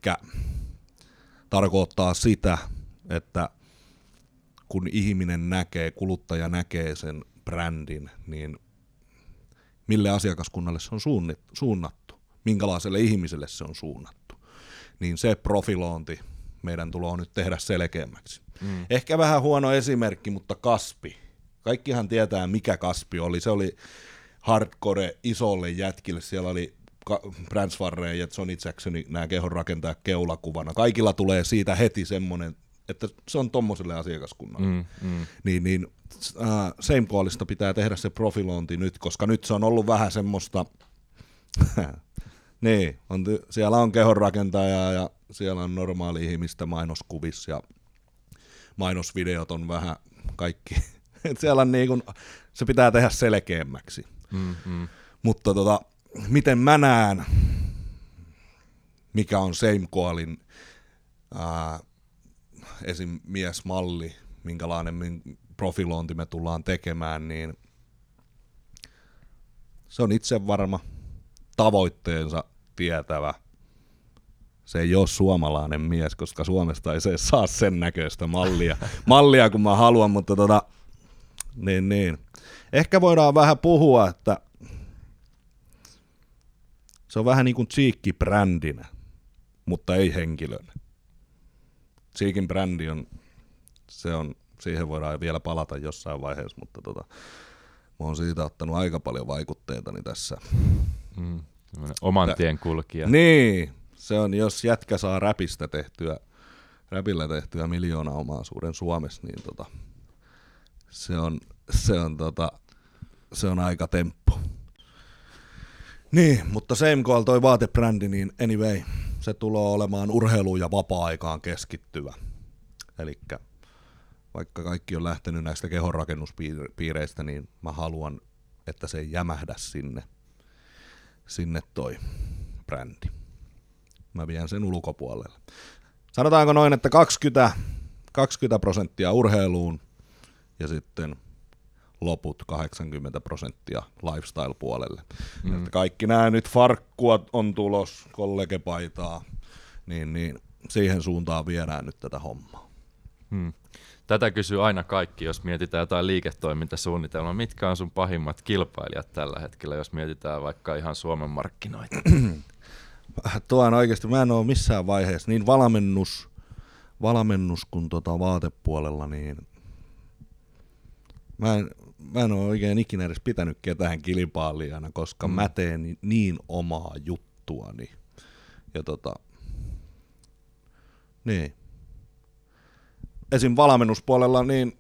[SPEAKER 2] tarkoittaa sitä, että kun ihminen näkee, kuluttaja näkee sen brändin, niin mille asiakaskunnalle se on suunnattu, minkälaiselle ihmiselle se on suunnattu, niin se profilointi meidän tulee nyt tehdä selkeämmäksi. Mm. Ehkä vähän huono esimerkki, mutta Kaspi. Kaikkihan tietää, mikä Kaspi oli. Se oli hardcore isolle jätkille. Siellä oli Brans Farre ja Johnny Jacksonin nämä kehon rakentaa keulakuvana. Kaikilla tulee siitä heti semmoinen, että se on tommoselle asiakaskunnalle. Mm, mm. Niin, niin äh, Same Callista pitää tehdä se profilointi nyt, koska nyt se on ollut vähän semmoista, niin, on, siellä on kehonrakentaja ja siellä on normaali ihmistä mainoskuvissa ja mainosvideot on vähän kaikki. Siellä on niin kuin, se pitää tehdä selkeämmäksi. Mm, mm. Mutta tota, miten mä näen, mikä on Same Callin ää, esim. Miesmalli, minkälainen profilointi me tullaan tekemään, niin se on itsevarma, tavoitteensa tietävä. Se ei ole suomalainen mies, koska Suomesta ei se saa sen näköistä mallia, mallia kun mä haluan, mutta tota, niin, niin. Ehkä voidaan vähän puhua, että se on vähän niin kuin Cheeky brändinä, mutta ei henkilönä. Cheekin brändi on, se on, siihen voidaan vielä palata jossain vaiheessa, mutta tota, mä oon siitä ottanut aika paljon vaikutteitani tässä.
[SPEAKER 1] Mm, oman tien kulkija.
[SPEAKER 2] Niin, se on, jos jätkä saa räpistä tehtyä, räpillä tehtyä miljoonaomaisuuden Suomessa, niin tota, se on, se on, tota, se on aika temppu. Niin, mutta Seimkoal toi vaatebrändi, niin anyway, se tulee olemaan urheiluun ja vapaa-aikaan keskittyvä. Elikkä vaikka kaikki on lähtenyt näistä kehonrakennuspiireistä, niin mä haluan, että se ei jämähdä sinne, sinne toi brändi. Mä vien sen ulkopuolelle. Sanotaanko noin, että kaksikymmentä prosenttia urheiluun ja sitten loput kahdeksankymmentä prosenttia lifestyle-puolelle. Mm. Että kaikki nämä nyt farkkua on tulos, kollegepaitaa, niin, niin siihen suuntaan viedään nyt tätä hommaa.
[SPEAKER 1] Hmm. Tätä kysyy aina kaikki, jos mietitään jotain liiketoimintasuunnitelmaa. Mitkä on sun pahimmat kilpailijat tällä hetkellä, jos mietitään vaikka ihan Suomen markkinoita?
[SPEAKER 2] Tuo on oikeasti, mä en ole missään vaiheessa niin valmennus, valmennus kuin tota vaatepuolella, niin mä en, mä en ole oikein ikinä edes pitänyt ketään kilpailijana, koska mm. mä teen niin omaa juttuani. Ja tota, niin. Esim. valmennuspuolella, niin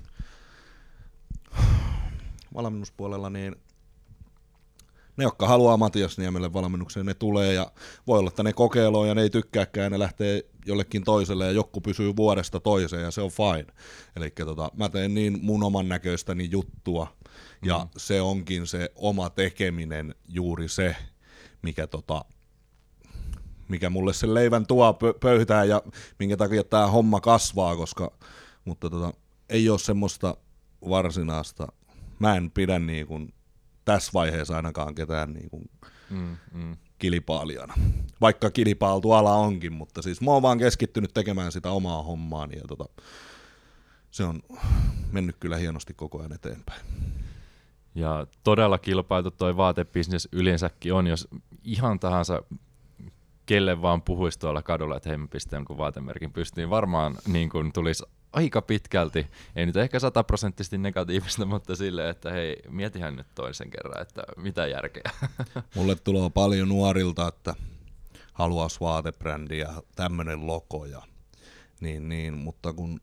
[SPEAKER 2] valmennuspuolella, niin ne, jotka haluaa Matias Niemelle valmennukseen, ne tulee ja voi olla, että ne kokeilee ja ne ei tykkääkään, ne lähtee jollekin toiselle ja joku pysyy vuodesta toiseen ja se on fine. Eli tota, mä teen niin mun oman näköistäni juttua ja mm. se onkin se oma tekeminen juuri se, mikä, tota, mikä mulle sen leivän tuo pöytään ja minkä takia tää homma kasvaa, koska mutta tota, ei ole semmoista varsinaista, mä en pidä niin kuin tässä vaiheessa ainakaan ketään niin kuin mm, mm. kilpailijana. Vaikka kilpailu tuolla onkin, mutta siis mä oon vaan keskittynyt tekemään sitä omaa hommaani ja tota, se on mennyt kyllä hienosti koko ajan eteenpäin.
[SPEAKER 1] Ja todella kilpailtu toi vaatebisnes yleensäkin on, jos ihan tahansa kelle vaan puhuisi tuolla kadulla, että hei mä pistän jonkun vaatemerkin pystyyn, varmaan niin kuin tulisi aika pitkälti, ei nyt ehkä sataprosenttisesti negatiivista, mutta silleen, että hei, mietihän nyt toisen kerran, että mitä järkeä.
[SPEAKER 2] Mulle tulee paljon nuorilta, että haluaisi vaatebrändiä, tämmöinen logo ja niin, niin, mutta kun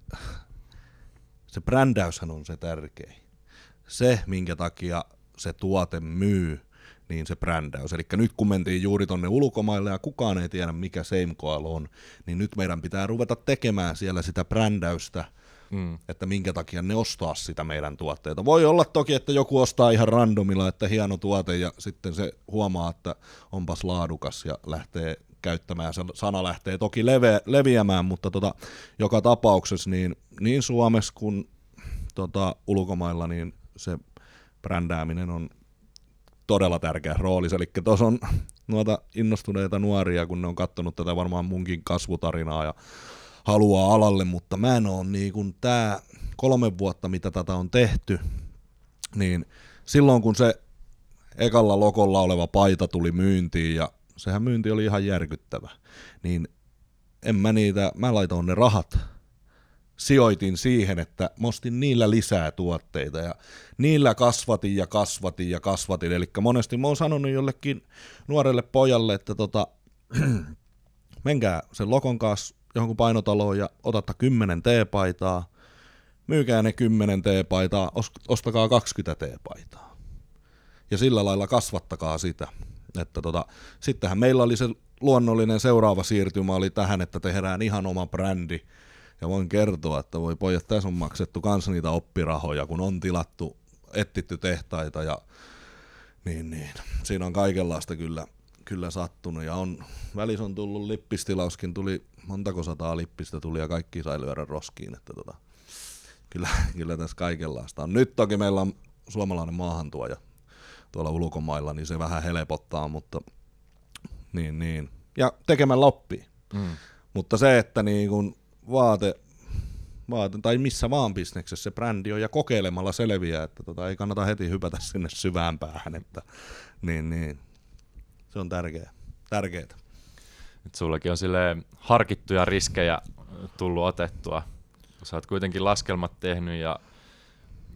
[SPEAKER 2] se brändäyshän on se tärkein. Se, minkä takia se tuote myy, niin se brändäys. Eli nyt kun mentiin juuri tonne ulkomaille ja kukaan ei tiedä mikä Seimkoal on, niin nyt meidän pitää ruveta tekemään siellä sitä brändäystä, mm. että minkä takia ne ostaa sitä meidän tuotteita. Voi olla toki, että joku ostaa ihan randomilla, että hieno tuote ja sitten se huomaa, että onpas laadukas ja lähtee käyttämään, se sana lähtee toki leve, leviämään, mutta tota, joka tapauksessa niin, niin Suomessa kuin tota, ulkomailla niin se brändääminen on todella tärkeä rooli. Eli tuossa on noita innostuneita nuoria, kun ne on katsonut tätä varmaan munkin kasvutarinaa ja haluaa alalle, mutta mä en ole niin kuin tää kolme vuotta, mitä tätä on tehty, niin silloin kun se ekalla logolla oleva paita tuli myyntiin ja sehän myynti oli ihan järkyttävä, niin en mä niitä, mä laitoin ne rahat, sijoitin siihen, että mä ostin niillä lisää tuotteita ja niillä kasvatin ja kasvatin ja kasvatin. Eli monesti mä oon sanonut jollekin nuorelle pojalle, että tota, menkää sen logon kanssa johonkin painotaloon ja otatta kymmenen T-paitaa, myykää ne kymmenen T-paitaa, ostakaa kaksikymmentä T-paitaa. Ja sillä lailla kasvattakaa sitä. Että tota, sittenhän meillä oli se luonnollinen seuraava siirtymä oli tähän, että tehdään ihan oma brändi. Ja voin kertoa, että voi pojat, tässä on maksettu kans niitä oppirahoja, kun on tilattu, etsitty tehtaita ja niin, niin. Siinä on kaikenlaista kyllä, kyllä sattunut ja on, välissä on tullut lippistilauskin, tuli montako sataa lippistä tuli ja kaikki sai lyödä roskiin, että tota, kyllä, kyllä tässä kaikenlaista on. Nyt toki meillä on suomalainen maahantuoja tuolla ulkomailla, niin se vähän helpottaa, mutta niin, niin. Ja tekemällä oppii. Mm. Mutta se, että niin kun vaate, vaate, tai missä vaan bisneksessä se brändi on ja kokeilemalla selviää, että tota, ei kannata heti hypätä sinne syvään päähän, että niin, niin. Se on tärkeää. tärkeää.
[SPEAKER 1] Nyt sullakin on silleen harkittuja riskejä tullut otettua. Sä oot kuitenkin laskelmat tehnyt ja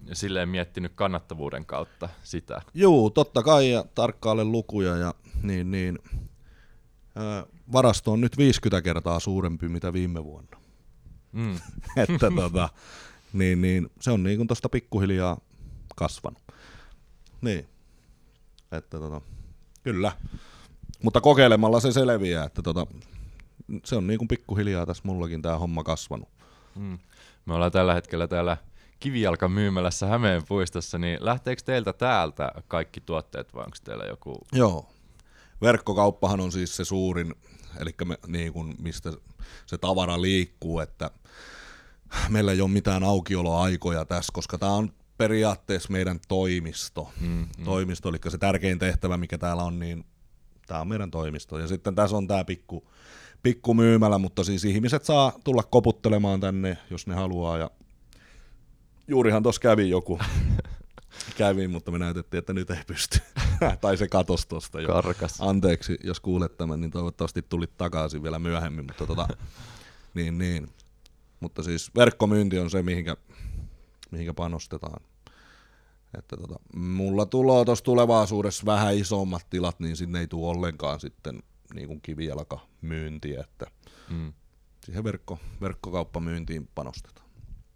[SPEAKER 1] silleen miettinyt kannattavuuden kautta sitä?
[SPEAKER 2] Juu, totta kai, ja tarkkailen lukuja, ja niin, niin. Ää, varasto on nyt viisikymmentä kertaa suurempi mitä viime vuonna.
[SPEAKER 1] Mm.
[SPEAKER 2] Että tota, niin, niin, se on niin kuin tuosta pikkuhiljaa kasvanut. Niin, että tota, kyllä. Mutta kokeilemalla se selviää, että tota, se on niin kuin pikkuhiljaa tässä mullakin tämä homma kasvanut.
[SPEAKER 1] Mm. Me ollaan tällä hetkellä täällä Kivijalka-myymälässä Hämeen puistossa, niin lähteekö teiltä täältä kaikki tuotteet vai onko teillä joku?
[SPEAKER 2] Joo, verkkokauppahan on siis se suurin, eli me, niin kuin, mistä se tavara liikkuu, että meillä ei ole mitään aukioloaikoja tässä, koska tämä on periaatteessa meidän toimisto. Mm, mm. Toimisto, eli se tärkein tehtävä, mikä täällä on, niin tämä on meidän toimisto. Ja sitten tässä on tämä pikku, pikku myymälä, mutta siis ihmiset saa tulla koputtelemaan tänne, jos ne haluaa. Ja juurihan tuossa kävi joku. Kävin, mutta me näytettiin, että nyt ei pysty. Tai se katosi tuosta jo.
[SPEAKER 1] Karkas.
[SPEAKER 2] Anteeksi, jos kuulet tämän, niin toivottavasti tulit takaisin vielä myöhemmin. Mutta, tota, niin, niin. mutta siis verkkomyynti on se, mihinkä, mihinkä panostetaan. Että tota, mulla tulee tuossa tulevaisuudessa vähän isommat tilat, niin sinne ei tule ollenkaan sitten niin kuin kivijalkamyyntiä, että mm. siihen verkko, verkkokauppamyyntiin panostetaan.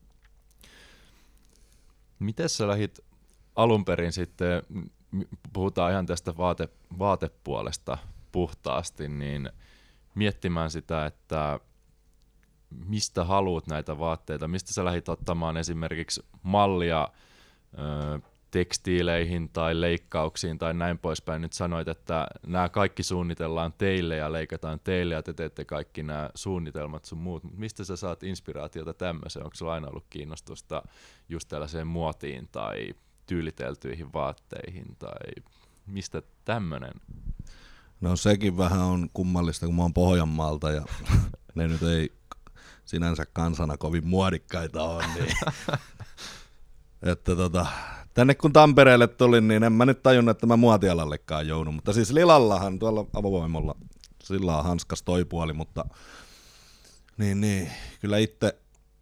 [SPEAKER 1] Miten sä lähdit alun perin sitten, puhutaan ihan tästä vaate, vaatepuolesta puhtaasti, niin miettimään sitä, että mistä haluat näitä vaatteita, mistä sä lähdit ottamaan esimerkiksi mallia ö, tekstiileihin tai leikkauksiin tai näin poispäin. Nyt sanoit, että nämä kaikki suunnitellaan teille ja leikataan teille ja te teette kaikki nämä suunnitelmat sun muut. Mistä sä saat inspiraatiota tämmöiseen? Onko sulla aina ollut kiinnostusta just tällaiseen muotiin tai tyyliteltyihin vaatteihin tai mistä tämmöinen?
[SPEAKER 2] No sekin vähän on kummallista, kun mä oon Pohjanmaalta ja ne nyt ei sinänsä kansana kovin muodikkaita on. Niin. että tota, tänne kun Tampereelle tulin, niin en mä nyt tajunnut, että mä muotialallekaan joudun. Mutta siis Lilallahan tuolla avovoimalla, sillä on hanskas toi puoli, mutta niin, niin, kyllä itse,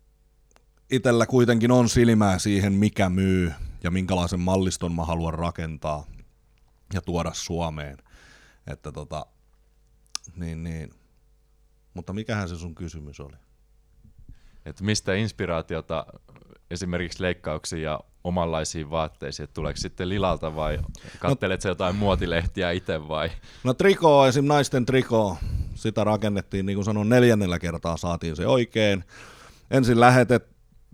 [SPEAKER 2] itellä kuitenkin on silmää siihen, mikä myy ja minkälaisen malliston mä haluan rakentaa ja tuoda Suomeen. Että tota, niin, niin. Mutta mikähän se sun kysymys oli?
[SPEAKER 1] Että mistä inspiraatiota esimerkiksi leikkauksiin ja omanlaisiin vaatteisiin, että tuleeko sitten Lilalta vai katselet sä jotain muotilehtiä itse vai? No
[SPEAKER 2] trikoo, esim. Naisten trikoo, sitä rakennettiin, niin kuin sanon, neljännellä kertaa saatiin se oikein. Ensin lähetet,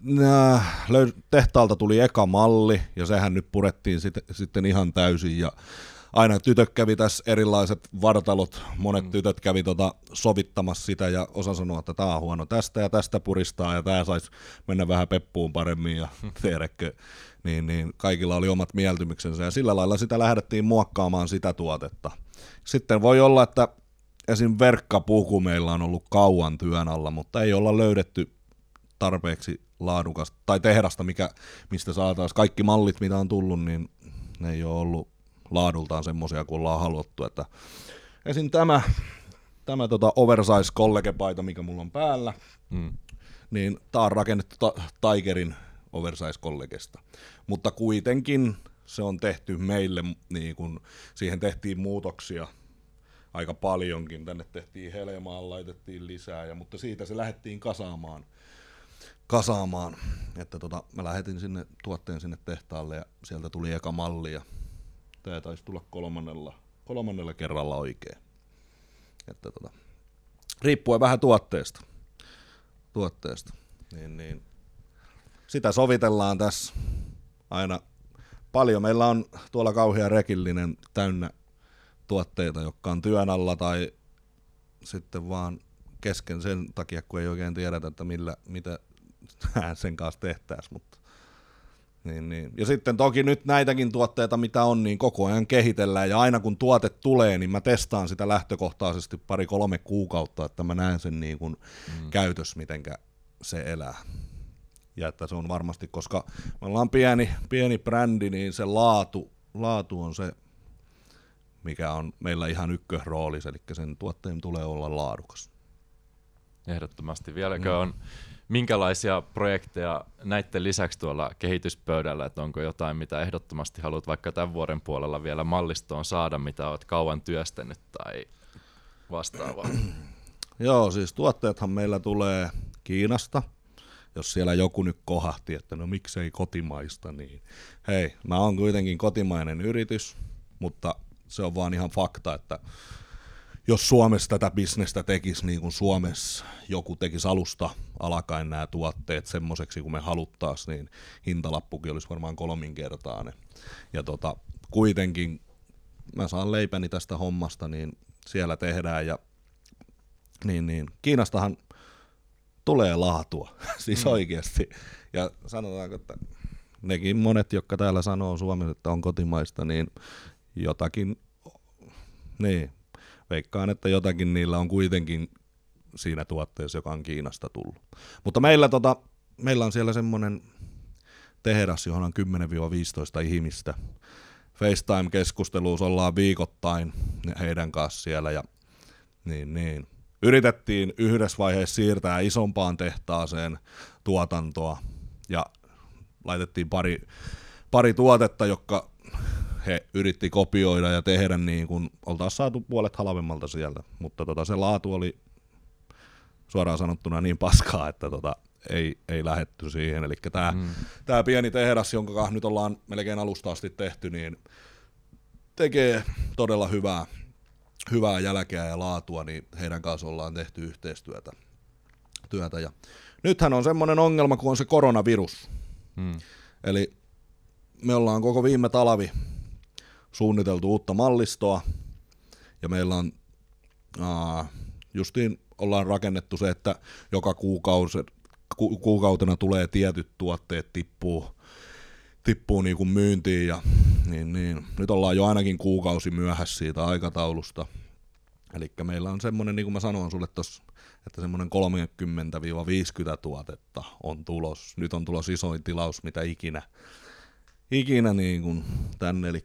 [SPEAKER 2] äh, tehtaalta tuli eka malli ja sehän nyt purettiin sit, sitten ihan täysin ja aina tytöt kävi tässä erilaiset vartalot, monet mm. tytöt kävi tota sovittamassa sitä ja osa sanoi, että tämä on huono tästä ja tästä puristaa ja tämä saisi mennä vähän peppuun paremmin ja tiedätkö, niin, niin kaikilla oli omat mieltymyksensä ja sillä lailla sitä lähdettiin muokkaamaan sitä tuotetta. Sitten voi olla, että esim. Verkkapuku meillä on ollut kauan työn alla, mutta ei olla löydetty tarpeeksi laadukasta tai tehdasta, mikä, mistä saataisiin kaikki mallit, mitä on tullut, niin ne ei ole ollut laadultaan semmoisia kuin ollaan haluttu, että esim. tämä, tämä tota oversize kollegepaita, mikä mulla on päällä, mm. niin tää on rakennettu ta- Tigerin oversize kollegesta, mutta kuitenkin se on tehty meille, niin kun siihen tehtiin muutoksia aika paljonkin, tänne tehtiin helmaa, laitettiin lisää, ja, mutta siitä se lähdettiin kasaamaan, kasaamaan. että tota, mä lähetin sinne tuotteen sinne tehtaalle ja sieltä tuli eka malli ja tämä taisi tulla kolmannella, kolmannella kerralla oikein. Että tota, riippuen vähän tuotteesta. tuotteesta. Niin, niin. Sitä sovitellaan tässä aina paljon. Meillä on tuolla kauhea rekillinen täynnä tuotteita, jotka on työn alla tai sitten vaan kesken sen takia, kun ei oikein tiedetä, että millä, mitä sen kanssa tehtäisiin. Mutta Niin, niin. Ja sitten toki nyt näitäkin tuotteita, mitä on, niin koko ajan kehitellään, ja aina kun tuote tulee, niin mä testaan sitä lähtökohtaisesti pari-kolme kuukautta, että mä näen sen niin kuin mm. käytös, mitenkä se elää. Ja että se on varmasti, koska me ollaan pieni, pieni brändi, niin se laatu, laatu on se, mikä on meillä ihan ykkösroolis, eli sen tuotteen tulee olla laadukas.
[SPEAKER 1] Ehdottomasti. Vieläkö mm. on minkälaisia projekteja näiden lisäksi tuolla kehityspöydällä, että onko jotain, mitä ehdottomasti haluat vaikka tämän vuoden puolella vielä mallistoon saada, mitä olet kauan työstänyt tai vastaavaa?
[SPEAKER 2] Joo, siis tuotteethan meillä tulee Kiinasta. Jos siellä joku nyt kohahti, että no miksei kotimaista, niin hei, mä oon kuitenkin kotimainen yritys, mutta se on vaan ihan fakta, että jos Suomessa tätä bisnestä tekisi niin kuin Suomessa joku tekisi alusta alkaen nämä tuotteet semmoiseksi kuin me haluttaisiin, niin hintalappukin olisi varmaan kolminkertainen. Ja tota, kuitenkin mä saan leipäni tästä hommasta, niin siellä tehdään ja niin, niin. Kiinastahan tulee laatua, siis mm. oikeasti. Ja sanotaanko, että nekin monet, jotka täällä sanoo Suomessa, että on kotimaista, niin jotakin, niin, veikkaan, että jotakin niillä on kuitenkin siinä tuotteessa, joka on Kiinasta tullut. Mutta meillä, tota, meillä on siellä semmoinen tehdas, johon on kymmenen viisitoista ihmistä. FaceTime-keskusteluus ollaan viikoittain heidän kanssa siellä ja niin, niin. Yritettiin yhdessä vaiheessa siirtää isompaan tehtaaseen tuotantoa ja laitettiin pari, pari tuotetta, jotka he yritti kopioida ja tehdä niin kuin oltaisiin saatu puolet halvemmalta sieltä, mutta tota, se laatu oli suoraan sanottuna niin paskaa, että tota, ei, ei lähetty siihen. Eli tämä mm. tää pieni tehdas, jonka nyt ollaan melkein alusta asti tehty, niin tekee todella hyvää, hyvää jälkeä ja laatua, niin heidän kanssa ollaan tehty yhteistyötä. Työtä. Ja nythän on semmoinen ongelma, kun on se koronavirus. Mm. Eli me ollaan koko viime talvi suunniteltu uutta mallistoa, ja meillä on aa, justiin ollaan rakennettu se, että joka kuukausi, ku, kuukautena tulee tietyt tuotteet tippuu, tippuu niin kuin myyntiin, ja niin, niin. Nyt ollaan jo ainakin kuukausi myöhässä siitä aikataulusta. Eli meillä on semmoinen, niin kuin mä sanoin sulle tuossa, että semmoinen kolmekymmentä viisikymmentä tuotetta on tulos. Nyt on tulos isoin tilaus, mitä ikinä, ikinä niin kuin tänne, eli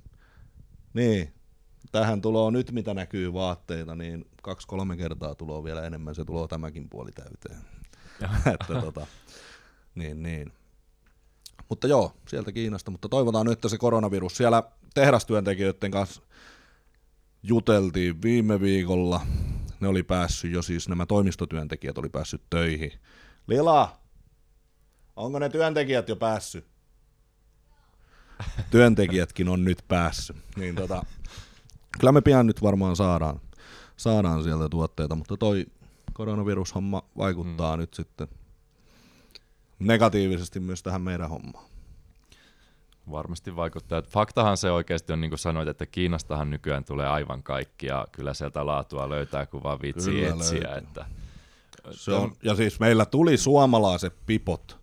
[SPEAKER 2] niin, tähän tuloa nyt, mitä näkyy vaatteita, niin kaksi-kolme kertaa tuloa vielä enemmän, se tuloa tämäkin puoli täyteen. että, tota, niin, niin. Mutta joo, sieltä Kiinasta, mutta toivotaan nyt, että se koronavirus, siellä tehdastyöntekijöiden kanssa juteltiin viime viikolla, ne oli päässyt jo, siis nämä toimistotyöntekijät oli päässyt töihin. Lila, onko ne työntekijät jo päässyt? Työntekijätkin on nyt päässyt. Niin tota, kyllä me pian nyt varmaan saadaan, saadaan sieltä tuotteita, mutta toi koronavirushomma vaikuttaa mm. nyt sitten negatiivisesti myös tähän meidän hommaan.
[SPEAKER 1] Varmasti vaikuttaa. Faktahan se oikeasti on, niin kuin sanoit, että Kiinastahan nykyään tulee aivan kaikki, ja kyllä sieltä laatua löytää, kun vaan viitsii etsiä. Että
[SPEAKER 2] se on, ja siis meillä tuli suomalaiset pipot.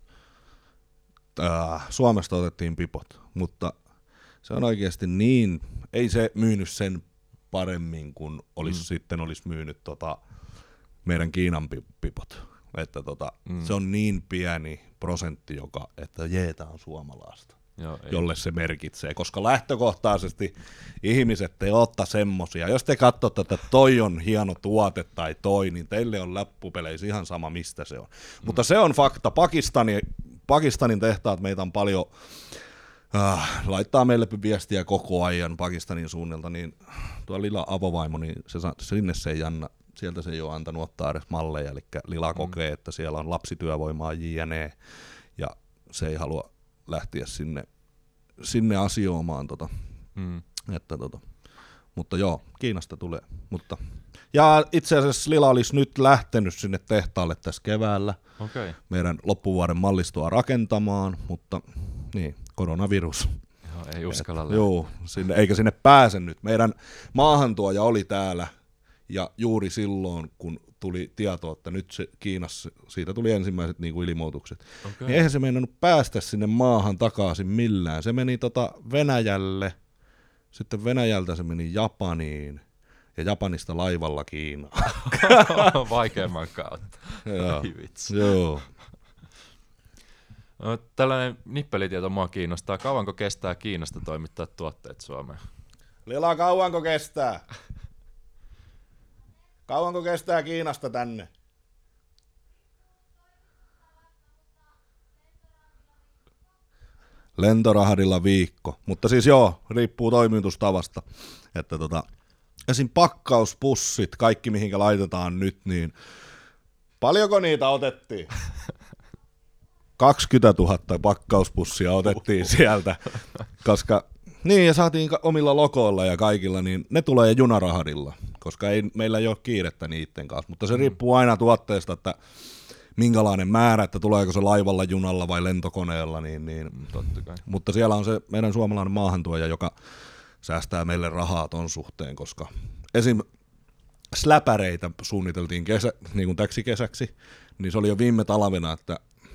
[SPEAKER 2] Äh, Suomesta otettiin pipot, mutta se on oikeasti niin, ei se myynyt sen paremmin kuin olisi mm. sitten olisi myynyt tota meidän Kiinan pipot. Että tota, mm. se on niin pieni prosentti, joka, että jee, tää on suomalaista. Joo, jolle se merkitsee, koska lähtökohtaisesti ihmiset ei otta semmosia. Jos te katsotte, että toi on hieno tuote tai toi, niin teille on läppupeleissä ihan sama, mistä se on. Mm. Mutta se on fakta. Pakistani, Pakistanin tehtaat meitä on paljon, äh, laittaa meille viestiä koko ajan Pakistanin suunnilta, niin tuo Lila avovaimo, niin se, sinne se ei anna, sieltä se ei ole antanut ottaa edes malleja, eli Lila kokee, mm. että siellä on lapsityövoimaa jne, ja se ei halua lähteä sinne, sinne asioimaan. Tota. Mm. Että, tota. Mutta joo, Kiinasta tulee. Mutta. Ja itse asiassa Lila olisi nyt lähtenyt sinne tehtaalle tässä keväällä okay. meidän loppuvuoden mallistoa rakentamaan, mutta niin, koronavirus.
[SPEAKER 1] Joo, ei uskalla
[SPEAKER 2] lähteä. Joo, sinne, eikä sinne pääse nyt. Meidän maahantuoja oli täällä ja juuri silloin, kun tuli tieto, että nyt se Kiinassa, siitä tuli ensimmäiset niin kuin ilmoitukset. Okay. Niin eihän se meinannut päästä sinne maahan takaisin millään. Se meni tota Venäjälle, sitten Venäjältä se meni Japaniin ja Japanista laivalla Kiinaan.
[SPEAKER 1] Vaikeamman kautta.
[SPEAKER 2] Joo. Joo.
[SPEAKER 1] No, tällainen nippelitieto mua kiinnostaa. Kauanko kestää Kiinasta toimittaa tuotteet Suomeen?
[SPEAKER 2] Lila, kauanko kestää? Kauanko kestää Kiinasta tänne? lentorahdilla viikko. Mutta siis joo, riippuu toimitustavasta. Että tota, esim. Pakkauspussit, kaikki mihinkä laitetaan nyt, niin paljonko niitä otettiin? kaksikymmentätuhatta pakkauspussia otettiin sieltä, koska niin ja saatiin omilla logoilla ja kaikilla, niin ne tulee junarahdilla, koska ei, meillä ei ole kiirettä niiden kanssa, mutta se riippuu aina tuotteesta, että minkälainen määrä, että tuleeko se laivalla, junalla vai lentokoneella, niin, niin.
[SPEAKER 1] Totta kai.
[SPEAKER 2] Mutta siellä on se meidän suomalainen maahantuoja, joka säästää meille rahaa ton suhteen, koska esim. Släpäreitä suunniteltiin kesä, niin kuin täksi kesäksi, niin se oli jo viime talvena, että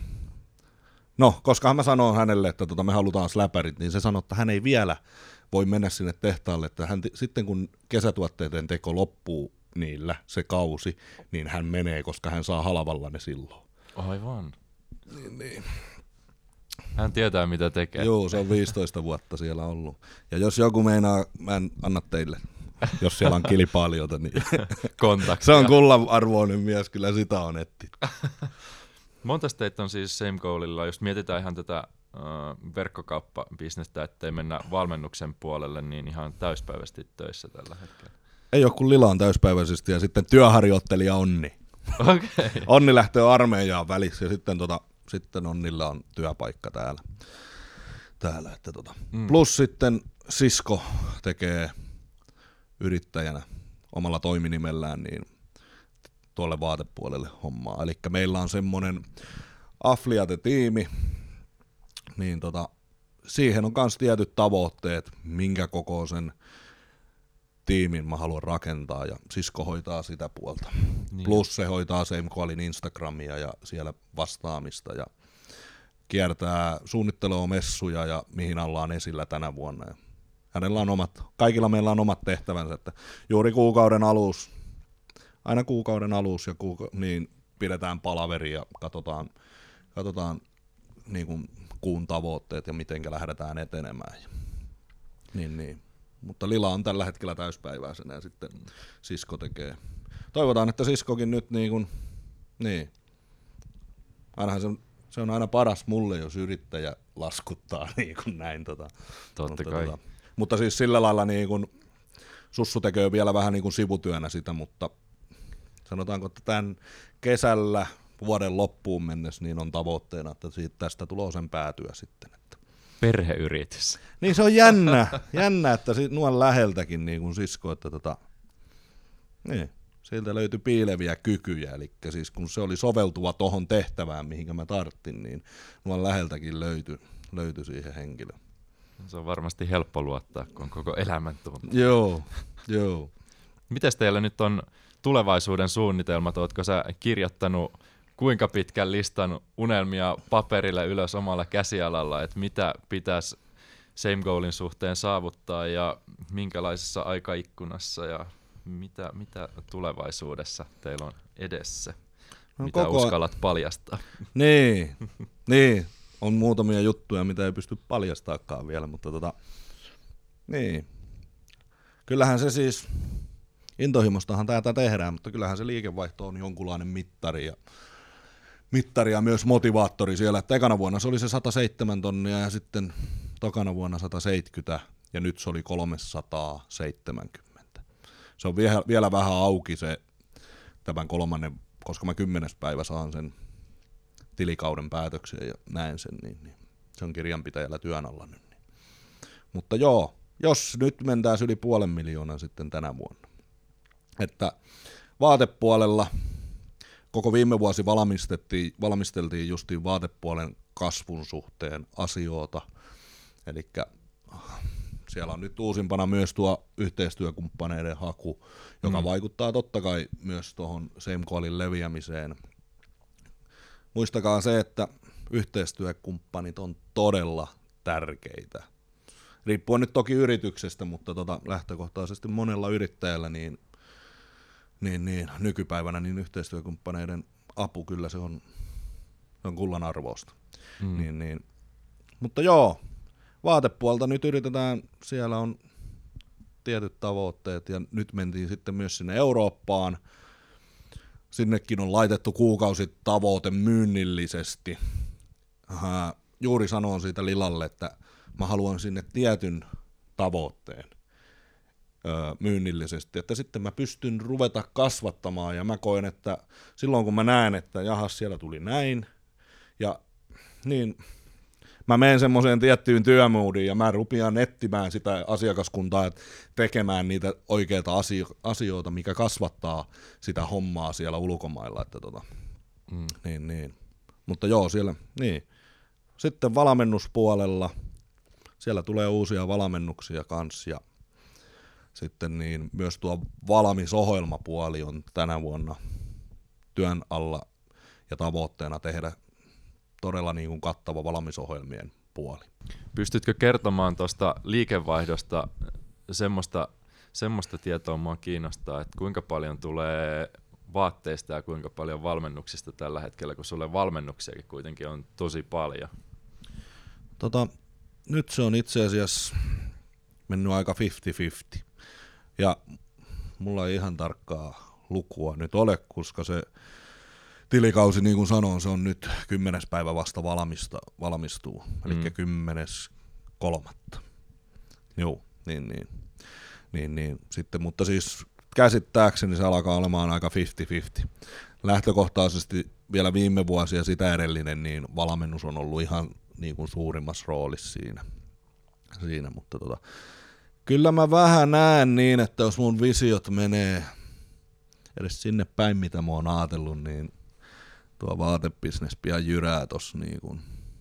[SPEAKER 2] no, koska mä sanoin hänelle, että tota, me halutaan släpärit, niin se sanoi, että hän ei vielä voi mennä sinne tehtaalle, että hän, sitten kun kesätuotteiden teko loppuu niillä, se kausi, niin hän menee, koska hän saa halvalla ne silloin.
[SPEAKER 1] Aivan.
[SPEAKER 2] Niin, niin.
[SPEAKER 1] Hän tietää, mitä tekee.
[SPEAKER 2] Joo, se on viisitoista vuotta siellä ollut. Ja jos joku meinaa, mä en anna teille, jos siellä on kilpailijoita, niin se on kullan arvoinen mies, kyllä sitä on etti.
[SPEAKER 1] Monta teitä on siis Same Goalilla, jos mietitään ihan tätä uh, verkkokauppabisnestä, ettei mennä valmennuksen puolelle, niin ihan täyspäiväisesti töissä tällä hetkellä.
[SPEAKER 2] Ei ole kuin Lila on täyspäiväisesti ja sitten työharjoittelija Onni.
[SPEAKER 1] Okay.
[SPEAKER 2] Onni lähtee armeijaan välissä ja sitten, tota, sitten Onnilla on työpaikka täällä. täällä että tota. mm. Plus sitten sisko tekee yrittäjänä omalla toiminimellään niin tuolle vaatepuolelle hommaa. Eli meillä on semmoinen affiliate-tiimi, niin tota, siihen on myös tietyt tavoitteet, minkä kokoisen tiimin mä haluan rakentaa, ja sisko hoitaa sitä puolta. Niin. Plus se hoitaa Same Goalin Instagramia ja siellä vastaamista, ja kiertää, suunnittelee messuja ja mihin ollaan esillä tänä vuonna. Ja hänellä on omat, kaikilla meillä on omat tehtävänsä, että juuri kuukauden alus, aina kuukauden alus ja kuuka- niin pidetään palaveri ja katsotaan, katsotaan niin kuin kuun tavoitteet ja miten lähdetään etenemään. Niin, niin. Mutta Lila on tällä hetkellä täyspäiväisenä ja sitten sisko tekee. Toivotaan, että siskokin nyt niin kuin, niin, ainahan se on, se on aina paras mulle, jos yrittäjä laskuttaa niin kuin näin. Tota.
[SPEAKER 1] Totta
[SPEAKER 2] mutta,
[SPEAKER 1] kai.
[SPEAKER 2] Tota, mutta siis sillä lailla niin kuin, Sussu tekee vielä vähän niin kuin sivutyönä sitä, mutta sanotaanko, että tämän kesällä vuoden loppuun mennessä niin on tavoitteena, että siitä, tästä tulee sen päätyä sitten. Että.
[SPEAKER 1] Perheyritys.
[SPEAKER 2] Niin se on jännä, jännä että nuon läheltäkin niin kuin sisko, että tota, niin, sieltä löytyi piileviä kykyjä, eli siis kun se oli soveltuva tohon tehtävään, mihinkä mä tarttin, niin nuon läheltäkin löytyi, löytyi siihen henkilö.
[SPEAKER 1] Se on varmasti helppo luottaa, kun on koko elämän tuntuu.
[SPEAKER 2] Joo, joo.
[SPEAKER 1] Mites teillä nyt on tulevaisuuden suunnitelmat? Ootko sä kirjoittanut kuinka pitkän listan unelmia paperille ylös omalla käsialalla, että mitä pitäisi Same Goalin suhteen saavuttaa ja minkälaisessa aikaikkunassa ja mitä, mitä tulevaisuudessa teillä on edessä? No, mitä koko... uskallat paljastaa?
[SPEAKER 2] Niin, niin, on muutamia juttuja, mitä ei pysty paljastaakaan vielä, mutta tota, niin. Kyllähän se siis, intohimostahan tätä tehdään, mutta kyllähän se liikevaihto on jonkunlainen mittari ja, mittari ja myös motivaattori siellä. Että ekana vuonna se oli se sata seitsemän tonnia ja sitten tokana vuonna sata seitsemänkymmentä ja nyt se oli kolmesataaseitsemänkymmentä. Se on vielä, vielä vähän auki se tämän kolmannen, koska mä kymmenes päivä saan sen tilikauden päätöksen ja näen sen, niin, niin se on kirjanpitäjällä työn alla nyt. Niin. Mutta joo, jos nyt mentään yli puolen miljoonan sitten tänä vuonna. Että vaatepuolella koko viime vuosi valmistettiin, valmisteltiin justiin vaatepuolen kasvun suhteen asioita. Eli siellä on nyt uusimpana myös tuo yhteistyökumppaneiden haku, joka mm. vaikuttaa totta kai myös tuohon Same Goalin leviämiseen. Muistakaa se, että yhteistyökumppanit on todella tärkeitä. Riippuen nyt toki yrityksestä, mutta tota, lähtökohtaisesti monella yrittäjällä niin, niin, niin, nykypäivänä niin yhteistyökumppaneiden apu kyllä se on, se on kullan arvosta. Mm. Niin, niin. Mutta joo, vaatepuolta nyt yritetään, siellä on tietyt tavoitteet ja nyt mentiin sitten myös sinne Eurooppaan. Sinnekin on laitettu kuukausitavoite myynnillisesti juuri sanon siitä Lilalle, että mä haluan sinne tietyn tavoitteen öö, myynnillisesti, että sitten mä pystyn ruveta kasvattamaan ja mä koen, että silloin kun mä näen, että jahas siellä tuli näin ja niin mä menen semmoiseen tiettyyn työmoodiin ja mä rupean etsimään sitä asiakaskuntaa ja tekemään niitä oikeita asio- asioita, mikä kasvattaa sitä hommaa siellä ulkomailla. Että tota, mm. niin, niin. Mutta joo, siellä, niin. Sitten valmennuspuolella, siellä tulee uusia valmennuksia kanssa ja sitten niin myös tuo valmisohjelmapuoli on tänä vuonna työn alla ja tavoitteena tehdä todella niin kuin kattava valmisohjelmien puoli.
[SPEAKER 1] Pystytkö kertomaan tuosta liikevaihdosta semmoista, semmoista tietoa mua kiinnostaa, että kuinka paljon tulee vaatteista ja kuinka paljon valmennuksista tällä hetkellä, kun sulle valmennuksiakin kuitenkin on tosi paljon?
[SPEAKER 2] Tota, nyt se on itse asiassa mennyt aika viisikymmentä viisikymmentä. Ja mulla ei ihan tarkkaa lukua nyt ole, koska se tilikausi, niin kuin sanoin, se on nyt kymmenes päivä vasta valmista, valmistuu, eli mm. kymmenes kolmatta. Joo, niin, niin, niin, niin. Sitten, mutta siis käsittääkseni se alkaa olemaan aika viisikymmentä viisikymmentä. Lähtökohtaisesti vielä viime vuosi ja sitä edellinen, niin valmennus on ollut ihan niin kuin suurimmassa roolissa siinä, siinä mutta tota, kyllä mä vähän näen niin, että jos mun visiot menee edes sinne päin, mitä mä oon ajatellut, niin tuo vaatebisnes pian jyrää tossa niin kuin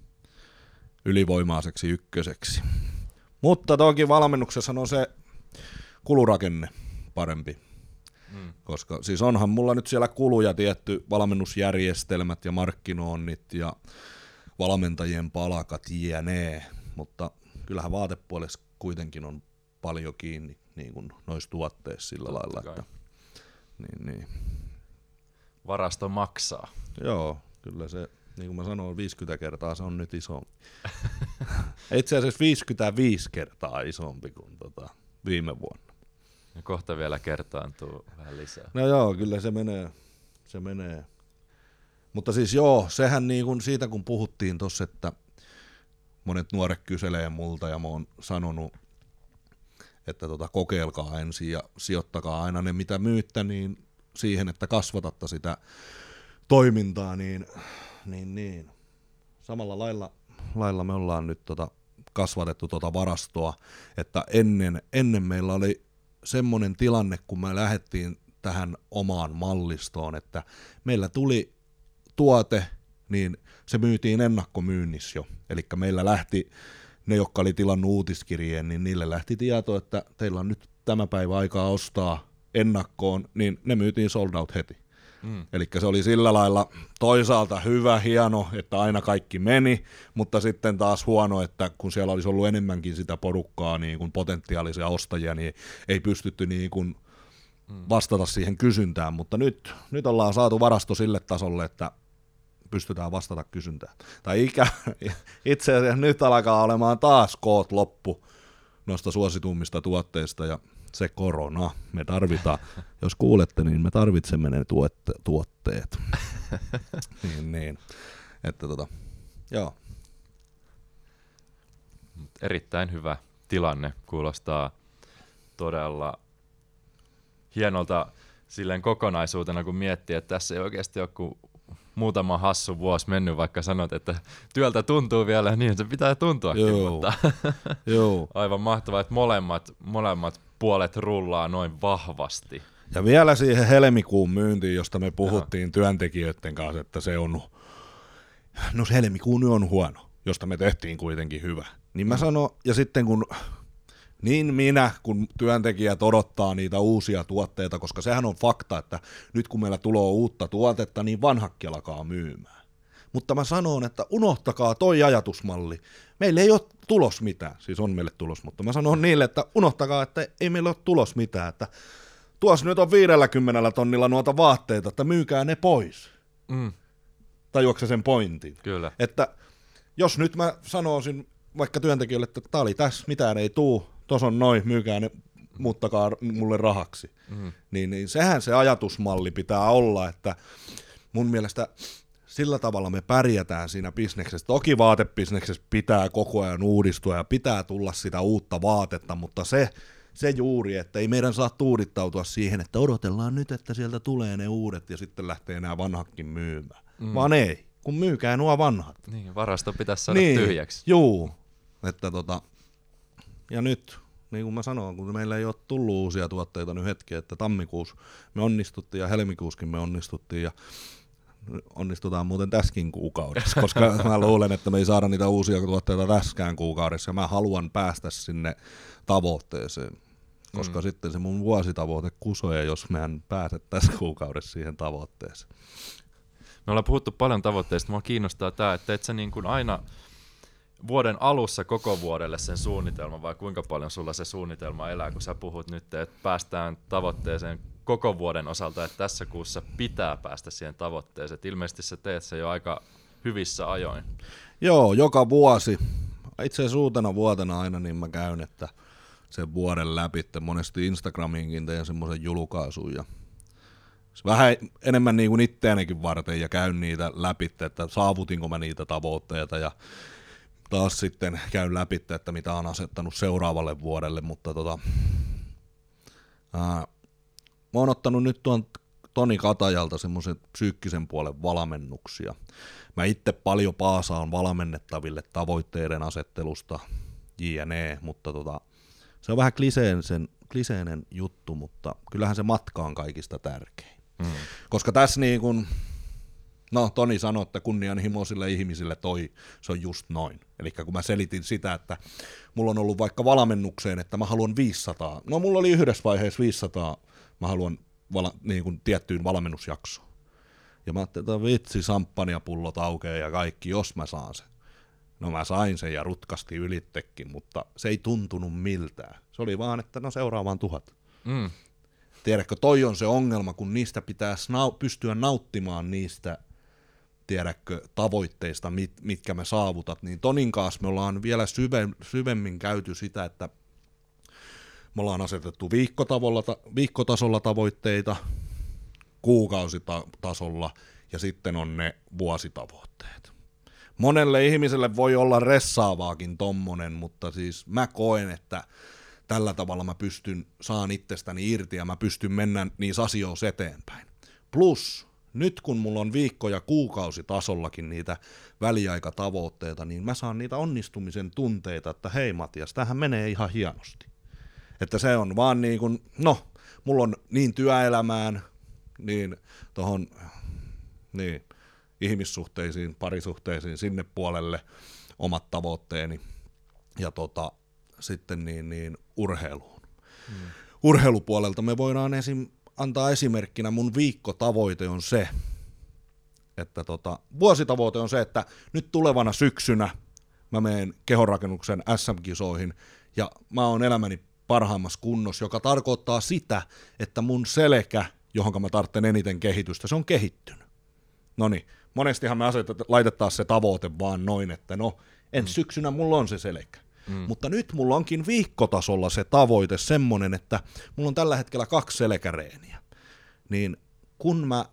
[SPEAKER 2] ylivoimaiseksi ykköseksi. Mutta toki valmennuksessa on se kulurakenne parempi, mm. koska siis onhan mulla nyt siellä kuluja tietty valmennusjärjestelmät ja markkinoinnit ja valmentajien palkat jne, mutta kyllähän vaatepuolessa kuitenkin on paljon kiinni niin kuin noissa tuotteissa sillä Totta lailla, kai. Että niin, niin.
[SPEAKER 1] Varasto maksaa.
[SPEAKER 2] Joo, kyllä se, niin kuin mä sanoin, viisikymmentä kertaa se on nyt isompi. Itse asiassa viisikymmentäviisi kertaa isompi kuin tota viime vuonna.
[SPEAKER 1] Ja kohta vielä kertaantuu vähän lisää.
[SPEAKER 2] No joo, kyllä se menee. Se menee. Mutta siis joo, sehän niin kuin siitä kun puhuttiin tossa, että monet nuoret kyselee multa ja mä oon sanonut, että tota, kokeilkaa ensin ja sijoittakaa aina ne mitä myyttä niin siihen, että kasvatatta sitä toimintaa, niin, niin, niin. samalla lailla, lailla me ollaan nyt tota kasvatettu tota varastoa, että ennen, ennen meillä oli semmoinen tilanne, kun me lähdettiin tähän omaan mallistoon, että meillä tuli tuote, niin se myytiin ennakkomyynnissä jo, eli meillä lähti ne, jotka oli tilannut uutiskirjeen, niin niille lähti tieto, että teillä on nyt tämä päivä aikaa ostaa ennakkoon, niin ne myytiin sold out heti. Mm. Eli se oli sillä lailla toisaalta hyvä, hieno, että aina kaikki meni, mutta sitten taas huono, että kun siellä olisi ollut enemmänkin sitä porukkaa, niin kuin potentiaalisia ostajia, niin ei pystytty niin kuin vastata siihen kysyntään, mutta nyt, nyt ollaan saatu varasto sille tasolle, että pystytään vastata kysyntään. Tai ikä, itse asiassa nyt alkaa olemaan taas koot loppu noista suosituimmista tuotteista ja se korona, me tarvitaan, jos kuulette, niin me tarvitsemme ne tuotte, tuotteet. niin, niin. Että tota, joo.
[SPEAKER 1] Erittäin hyvä tilanne, kuulostaa todella hienolta silleen kokonaisuutena, kun miettii, että tässä ei oikeasti ole kuin muutama hassu vuosi mennyt, vaikka sanot, että työltä tuntuu vielä, niin se pitää tuntuakin, Joo. mutta
[SPEAKER 2] Joo.
[SPEAKER 1] aivan mahtavaa, että molemmat, molemmat puolet rullaa noin vahvasti.
[SPEAKER 2] Ja vielä siihen helmikuun myyntiin, josta me puhuttiin Aha. työntekijöiden kanssa, että se on, no se helmikuun on huono, josta me tehtiin kuitenkin hyvä. Niin mä mm. sanon, ja sitten kun niin minä, kun työntekijät odottaa niitä uusia tuotteita, koska sehän on fakta, että nyt kun meillä tulee uutta tuotetta, niin vanhakki alkaa myymään. Mutta mä sanon, että unohtakaa toi ajatusmalli. Meillä ei ole tulos mitään, siis on meille tulos, mutta mä sanon niille, että unohtakaa, että ei meillä ole tulos mitään, että tuossa nyt on viidelläkymmenellä tonnilla noita vaatteita, että myykää ne pois. Mm. Tajuatko sen pointin?
[SPEAKER 1] Kyllä.
[SPEAKER 2] Että jos nyt mä sanoisin vaikka työntekijöille, että tää oli tässä, mitään ei tuu, tuossa on noin, myykää ne, muuttakaa mulle rahaksi. Mm. Niin, niin sehän se ajatusmalli pitää olla, että mun mielestä sillä tavalla me pärjätään siinä bisneksessä. Toki vaatebisneksessä pitää koko ajan uudistua ja pitää tulla sitä uutta vaatetta, mutta se, se juuri, että ei meidän saa tuudittautua siihen, että odotellaan nyt, että sieltä tulee ne uudet ja sitten lähtee nämä vanhatkin myymään. Mm. Vaan ei, kun myykää nuo vanhat.
[SPEAKER 1] Niin, varasto pitäisi saada
[SPEAKER 2] niin,
[SPEAKER 1] tyhjäksi.
[SPEAKER 2] Juu, että tota, ja nyt, niin kuin mä sanoin, kun meillä ei ole tullut uusia tuotteita nyt hetki, että tammikuussa me onnistuttiin ja helmikuuskin me onnistuttiin ja onnistutaan muuten tässäkin kuukaudessa, koska mä luulen, että me ei saada niitä uusia tuotteita tässäkään kuukaudessa ja mä haluan päästä sinne tavoitteeseen, koska mm. sitten se mun vuositavoite kusoja, jos mä en pääse tässä kuukaudessa siihen tavoitteeseen.
[SPEAKER 1] Me ollaan puhuttu paljon tavoitteista, mua kiinnostaa tämä, että et sä niin kuin aina vuoden alussa koko vuodelle sen suunnitelman, vai kuinka paljon sulla se suunnitelma elää, kun sä puhut nyt, että päästään tavoitteeseen koko vuoden osalta, että tässä kuussa pitää päästä siihen tavoitteeseen. Et ilmeisesti sä teet se jo aika hyvissä ajoin. Joo,
[SPEAKER 2] joka vuosi. Itse asiassa uutena vuotena aina niin mä käyn, että sen vuoden läpi, monesti Instagramiinkin teen semmoisen julkaisun ja vähän enemmän niin kuin itseänikin varten ja käyn niitä läpi, että saavutinko mä niitä tavoitteita ja taas sitten käyn läpi, että mitä on asettanut seuraavalle vuodelle, mutta tota, ää, mä oon ottanut nyt tuon Toni Katajalta semmoisen psyykkisen puolen valmennuksia. Mä itse paljon paasaan valmennettaville tavoitteiden asettelusta, jne, mutta tota, se on vähän kliseinen, kliseinen juttu, mutta kyllähän se matka on kaikista tärkein. Mm. Koska tässä niin kun, no Toni sanoi, että kunnianhimoisille ihmisille toi, se on just noin. Eli kun mä selitin sitä, että mulla on ollut vaikka valmennukseen, että mä haluan viisisataa, no mulla oli yhdessä vaiheessa viisisataa, mä haluan vala, niin kun tiettyyn valmennusjaksoon. Ja mä ajattelin, että vitsi, samppanjapullot aukeaa ja kaikki, jos mä saan sen. No mä sain sen ja rutkasti ylittekin, mutta se ei tuntunut miltään. Se oli vaan, että no seuraavaan tuhat. Mm. Tiedätkö, toi on se ongelma, kun niistä pitää nau- pystyä nauttimaan niistä, tiedätkö, tavoitteista, mit, mitkä me saavutat. Niin Tonin kanssa me ollaan vielä syve, syvemmin käyty sitä, että me ollaan asetettu viikkotasolla, viikkotasolla tavoitteita, kuukausitasolla ja sitten on ne vuositavoitteet. Monelle ihmiselle voi olla ressaavaakin tommonen, mutta siis mä koen, että tällä tavalla mä pystyn, saan itsestäni irti ja mä pystyn mennä niissä asioissa eteenpäin. Plus, nyt kun mulla on viikko- ja kuukausitasollakin niitä väliaikatavoitteita, niin mä saan niitä onnistumisen tunteita, että hei Matias, tämähän menee ihan hienosti. Että se on vaan niin kuin, no, mulla on niin työelämään, niin tohon, niin, ihmissuhteisiin, parisuhteisiin, sinne puolelle omat tavoitteeni ja tota, sitten niin, niin urheiluun. Hmm. Urheilupuolelta me voidaan esim, antaa esimerkkinä, mun viikkotavoite on se, että tota, vuositavoite on se, että nyt tulevana syksynä mä menen kehonrakennuksen äs äm-kisoihin ja mä oon elämäni parhaimmassa kunnossa, joka tarkoittaa sitä, että mun selkä, johon mä tarvitsen eniten kehitystä, se on kehittynyt. Noniin, monestihan me asetetaan, laitetaan se tavoite vaan noin, että no, ensi mm. syksynä mulla on se selkä. Mm. Mutta nyt mulla onkin viikkotasolla se tavoite semmonen, että mulla on tällä hetkellä kaksi selkäreeniä. Niin kun mä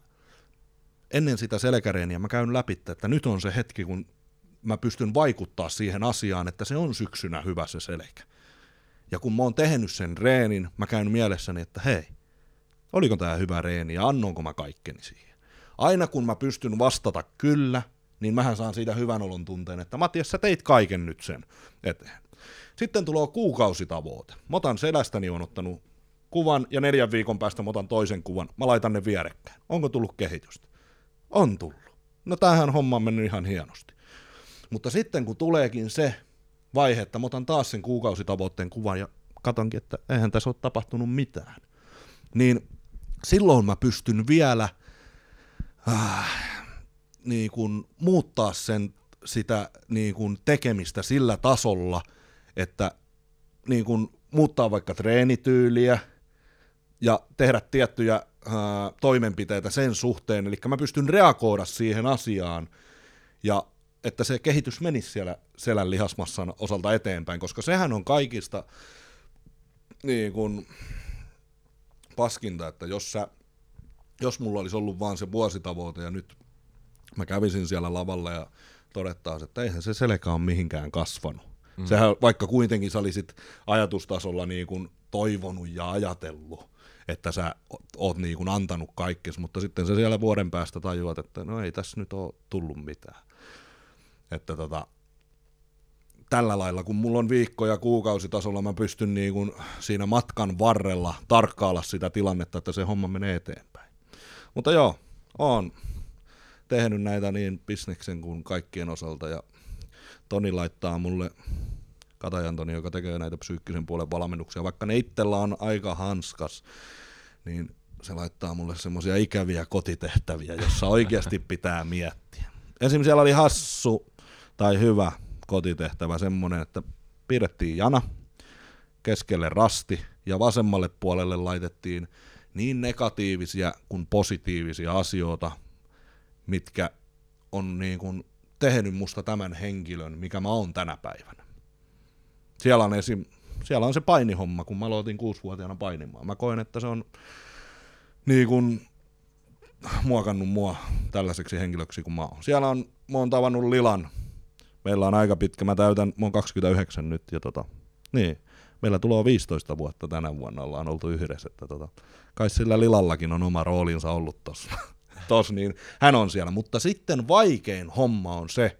[SPEAKER 2] ennen sitä selkäreeniä mä käyn läpi, että nyt on se hetki, kun mä pystyn vaikuttaa siihen asiaan, että se on syksynä hyvä se selkä. Ja kun mä oon tehnyt sen reenin, mä käyn mielessäni, että hei, oliko tää hyvä reeni ja annonko mä kaikkeni siihen. Aina kun mä pystyn vastata kyllä, niin mähän saan siitä hyvän olon tunteen, että Matias, sä teit kaiken nyt sen eteen. Sitten tulee kuukausitavoite. Mä otan selästäni, on ottanut kuvan ja neljän viikon päästä mä otan toisen kuvan. Mä laitan ne vierekkäin. Onko tullut kehitystä? On tullut. No tämähän homma on mennyt ihan hienosti. Mutta sitten kun tuleekin se vaihe, että mä otan taas sen kuukausitavoitteen kuvan ja katonkin, että eihän tässä ole tapahtunut mitään, niin silloin mä pystyn vielä äh, niin kuin muuttaa sen, sitä niin kuin tekemistä sillä tasolla, että niin kuin muuttaa vaikka treenityyliä ja tehdä tiettyjä ää, toimenpiteitä sen suhteen, eli mä pystyn reagoida siihen asiaan ja että se kehitys menisi siellä selän lihasmassan osalta eteenpäin, koska sehän on kaikista niin kuin paskinta, että jos, sä, jos mulla olisi ollut vaan se vuositavoite ja nyt mä kävisin siellä lavalla ja todettaisiin, että eihän se selkä ole mihinkään kasvanut. Mm. Sehän, vaikka kuitenkin sä olisit ajatustasolla niin kuin toivonut ja ajatellut, että sä oot niin kuin antanut kaikkes, mutta sitten sä siellä vuoden päästä tajuat, että no ei tässä nyt ole tullut mitään. Että tota, tällä lailla, kun mulla on viikko- ja kuukausitasolla, mä pystyn niin kuin siinä matkan varrella tarkkailla sitä tilannetta, että se homma menee eteenpäin. Mutta joo, oon tehnyt näitä niin bisneksen kuin kaikkien osalta, ja Toni laittaa mulle, Katajan Toni, joka tekee näitä psyykkisen puolen valmennuksia, vaikka ne itsellä on aika hanskas, niin se laittaa mulle semmoisia ikäviä kotitehtäviä, jossa oikeasti pitää miettiä. Esimerkiksi siellä oli hassu tai hyvä kotitehtävä semmoinen, että pidettiin jana, keskelle rasti ja vasemmalle puolelle laitettiin niin negatiivisia kuin positiivisia asioita, mitkä on niin kuin tehnyt musta tämän henkilön, mikä mä oon tänä päivänä. Siellä on, esim, siellä on se painihomma, kun mä aloitin kuusivuotiaana painimaan. Mä koen, että se on niin kuin muokannut mua tällaiseksi henkilöksi kuin mä oon. Siellä on, mä oon tavannut Lilan. Meillä on aika pitkä, mä täytän, mä oon kaksikymmentäyhdeksän nyt, ja tota, niin, meillä tulee viisitoista vuotta tänä vuonna, ollaan oltu yhdessä, että tota, kai sillä Lilallakin on oma roolinsa ollut tossa. Tos, niin hän on siellä, mutta sitten vaikein homma on se,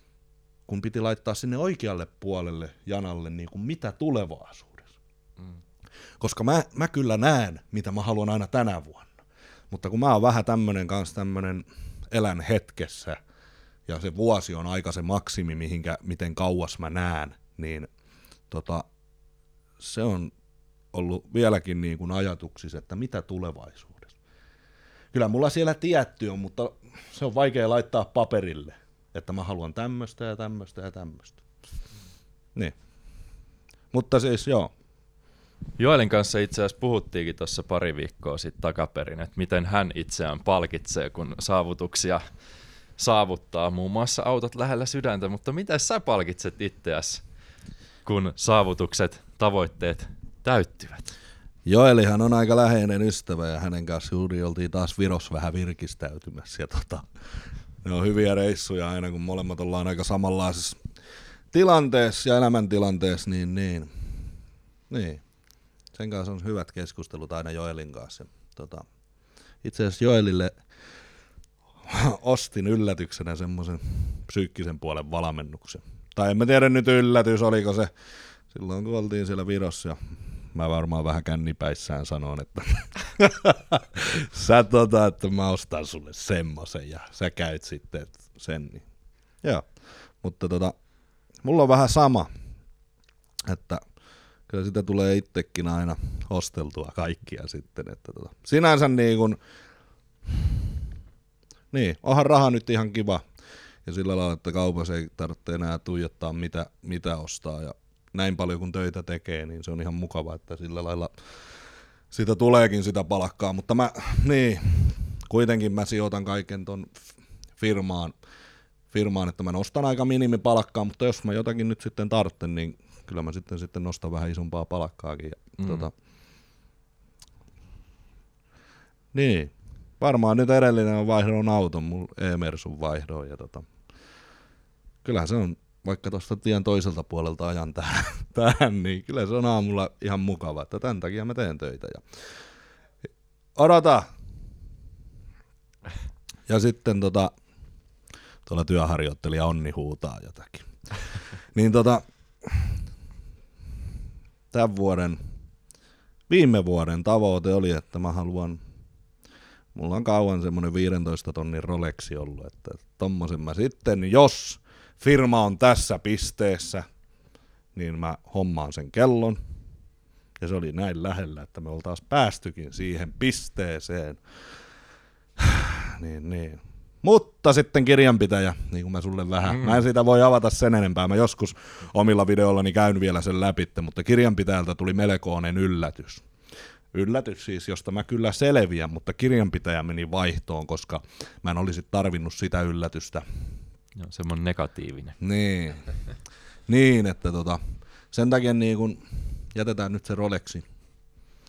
[SPEAKER 2] kun piti laittaa sinne oikealle puolelle janalle niin kuin mitä tulevaisuudessa. Mm. Koska mä, mä kyllä näen, mitä mä haluan aina tänä vuonna, mutta kun mä oon vähän tämmönen kanssa tämmönen elän hetkessä, ja se vuosi on aika se maksimi, mihinkä, miten kauas mä näen, niin tota, se on ollut vieläkin niin kuin ajatuksissa, että mitä tulevaisuudessa. Kyllä mulla siellä tietty on, mutta se on vaikea laittaa paperille, että mä haluan tämmöistä ja tämmöistä ja tämmöistä. Niin. Mutta siis joo.
[SPEAKER 1] Joelin kanssa itse asiassa puhuttiinkin tuossa pari viikkoa sitten takaperin, että miten hän itseään palkitsee, kun saavutuksia saavuttaa, muun muassa autot lähellä sydäntä, mutta miten sä palkitset itseäsi, kun saavutukset, tavoitteet täyttyvät?
[SPEAKER 2] Joelihan on aika läheinen ystävä, ja hänen kanssa juuri oltiin taas Virossa vähän virkistäytymässä. Ja tota, ne on hyviä reissuja aina, kun molemmat ollaan aika samanlaisessa tilanteessa ja elämäntilanteessa, niin, niin, niin. Sen kanssa on hyvät keskustelut aina Joelin kanssa. Ja, tota, itse asiassa Joelille ostin yllätyksenä semmoisen psyykkisen puolen valmennuksen. Tai en mä tiedä nyt yllätys, oliko se silloin, kun oltiin siellä Virossa. Ja mä varmaan vähän kännipäissään sanoin, että sä tota, että mä ostan sulle semmosen ja sä käyt sitten sen. Niin. Joo, mutta tota, mulla on vähän sama, että kyllä sitä tulee itsekin aina osteltua kaikkia sitten. Että tota, sinänsä niin kun, niin, onhan raha nyt ihan kiva ja sillä lailla, että kaupassa ei tarvitse enää tuijottaa mitä, mitä ostaa ja näin paljon kun töitä tekee, niin se on ihan mukava, että sillä lailla sitä tuleekin sitä palkkaa, mutta mä, niin, kuitenkin mä sijoitan kaiken ton firmaan, firmaan, että mä nostan aika minimipalkkaa, mutta jos mä jotakin nyt sitten tarvitsen, niin kyllä mä sitten, sitten nostan vähän isompaa palkkaakin. Ja, mm. tota, niin, varmaan nyt edellinen on vaihdon auton, mulla E-Mersun vaihdoon, ja tota, kyllähän se on, vaikka tuosta tien toiselta puolelta ajan tähän, tähän, niin kyllä se on aamulla ihan mukava, että tämän takia mä teen töitä. Ja odota! Ja sitten tota, tuolla työharjoittelija Onni huutaa jotakin. Niin tota, tämän vuoden, viime vuoden tavoite oli, että mä haluan, mulla on kauan semmoinen viisitoista tonnin Rolexi ollut, että tommosen mä sitten, jos firma on tässä pisteessä, niin mä hommaan sen kellon. Ja se oli näin lähellä, että me oltaisiin päästykin siihen pisteeseen. niin, niin. Mutta sitten kirjanpitäjä, niin kuin mä sulle vähän, mm. mä en siitä voi avata sen enempää. Mä joskus omilla videoillani käyn vielä sen läpi, mutta kirjanpitäjältä tuli melkoinen yllätys. Yllätys siis, josta mä kyllä selviän, mutta kirjanpitäjä meni vaihtoon, koska mä en olisi tarvinnut sitä yllätystä.
[SPEAKER 1] Joo, semmoinen negatiivinen.
[SPEAKER 2] Niin, niin että tota, sen takia niin kun jätetään nyt se Rolexi,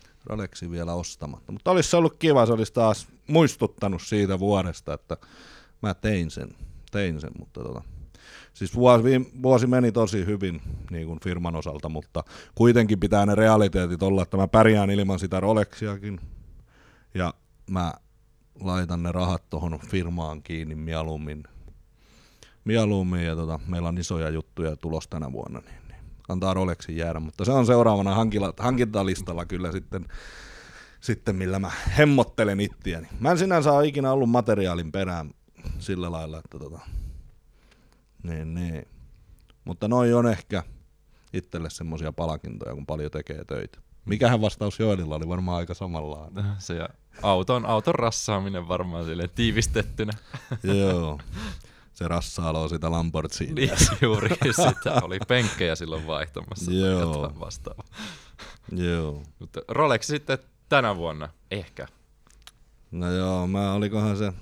[SPEAKER 2] Rolexi vielä ostamatta. Mutta olisi se ollut kiva, se olisi taas muistuttanut siitä vuodesta, että mä tein sen, tein sen, mutta tota, siis vuosi, vuosi meni tosi hyvin niin kuin firman osalta, mutta kuitenkin pitää ne realiteetit olla, että mä pärjään ilman sitä Rolexiakin ja mä laitan ne rahat tohon firmaan kiinni mieluummin, mieluummin ja tota, meillä on isoja juttuja tulos tänä vuonna, niin, niin antaa Rolexin jäädä, mutta se on seuraavana hankila, hankintalistalla kyllä sitten, sitten millä mä hemmottelen ittiäni. Mä en sinänsä ole ikinä ollut materiaalin perään sillä lailla, että tota, niin, niin. Mutta noi on ehkä itselle semmosia palkintoja, kun paljon tekee töitä. Mikähän vastaus Joelilla oli varmaan aika samanlainen.
[SPEAKER 1] Se ja auton, auton rassaaminen varmaan silleen tiivistettynä.
[SPEAKER 2] Joo, se rassaalo on sitä Lamborghini.
[SPEAKER 1] Niin, juuri sitä. Oli penkkejä silloin vaihtamassa.
[SPEAKER 2] Joo.
[SPEAKER 1] Vastaava.
[SPEAKER 2] Joo.
[SPEAKER 1] Mutta Rolex sitten tänä vuonna, ehkä.
[SPEAKER 2] No joo, mä olikohan se,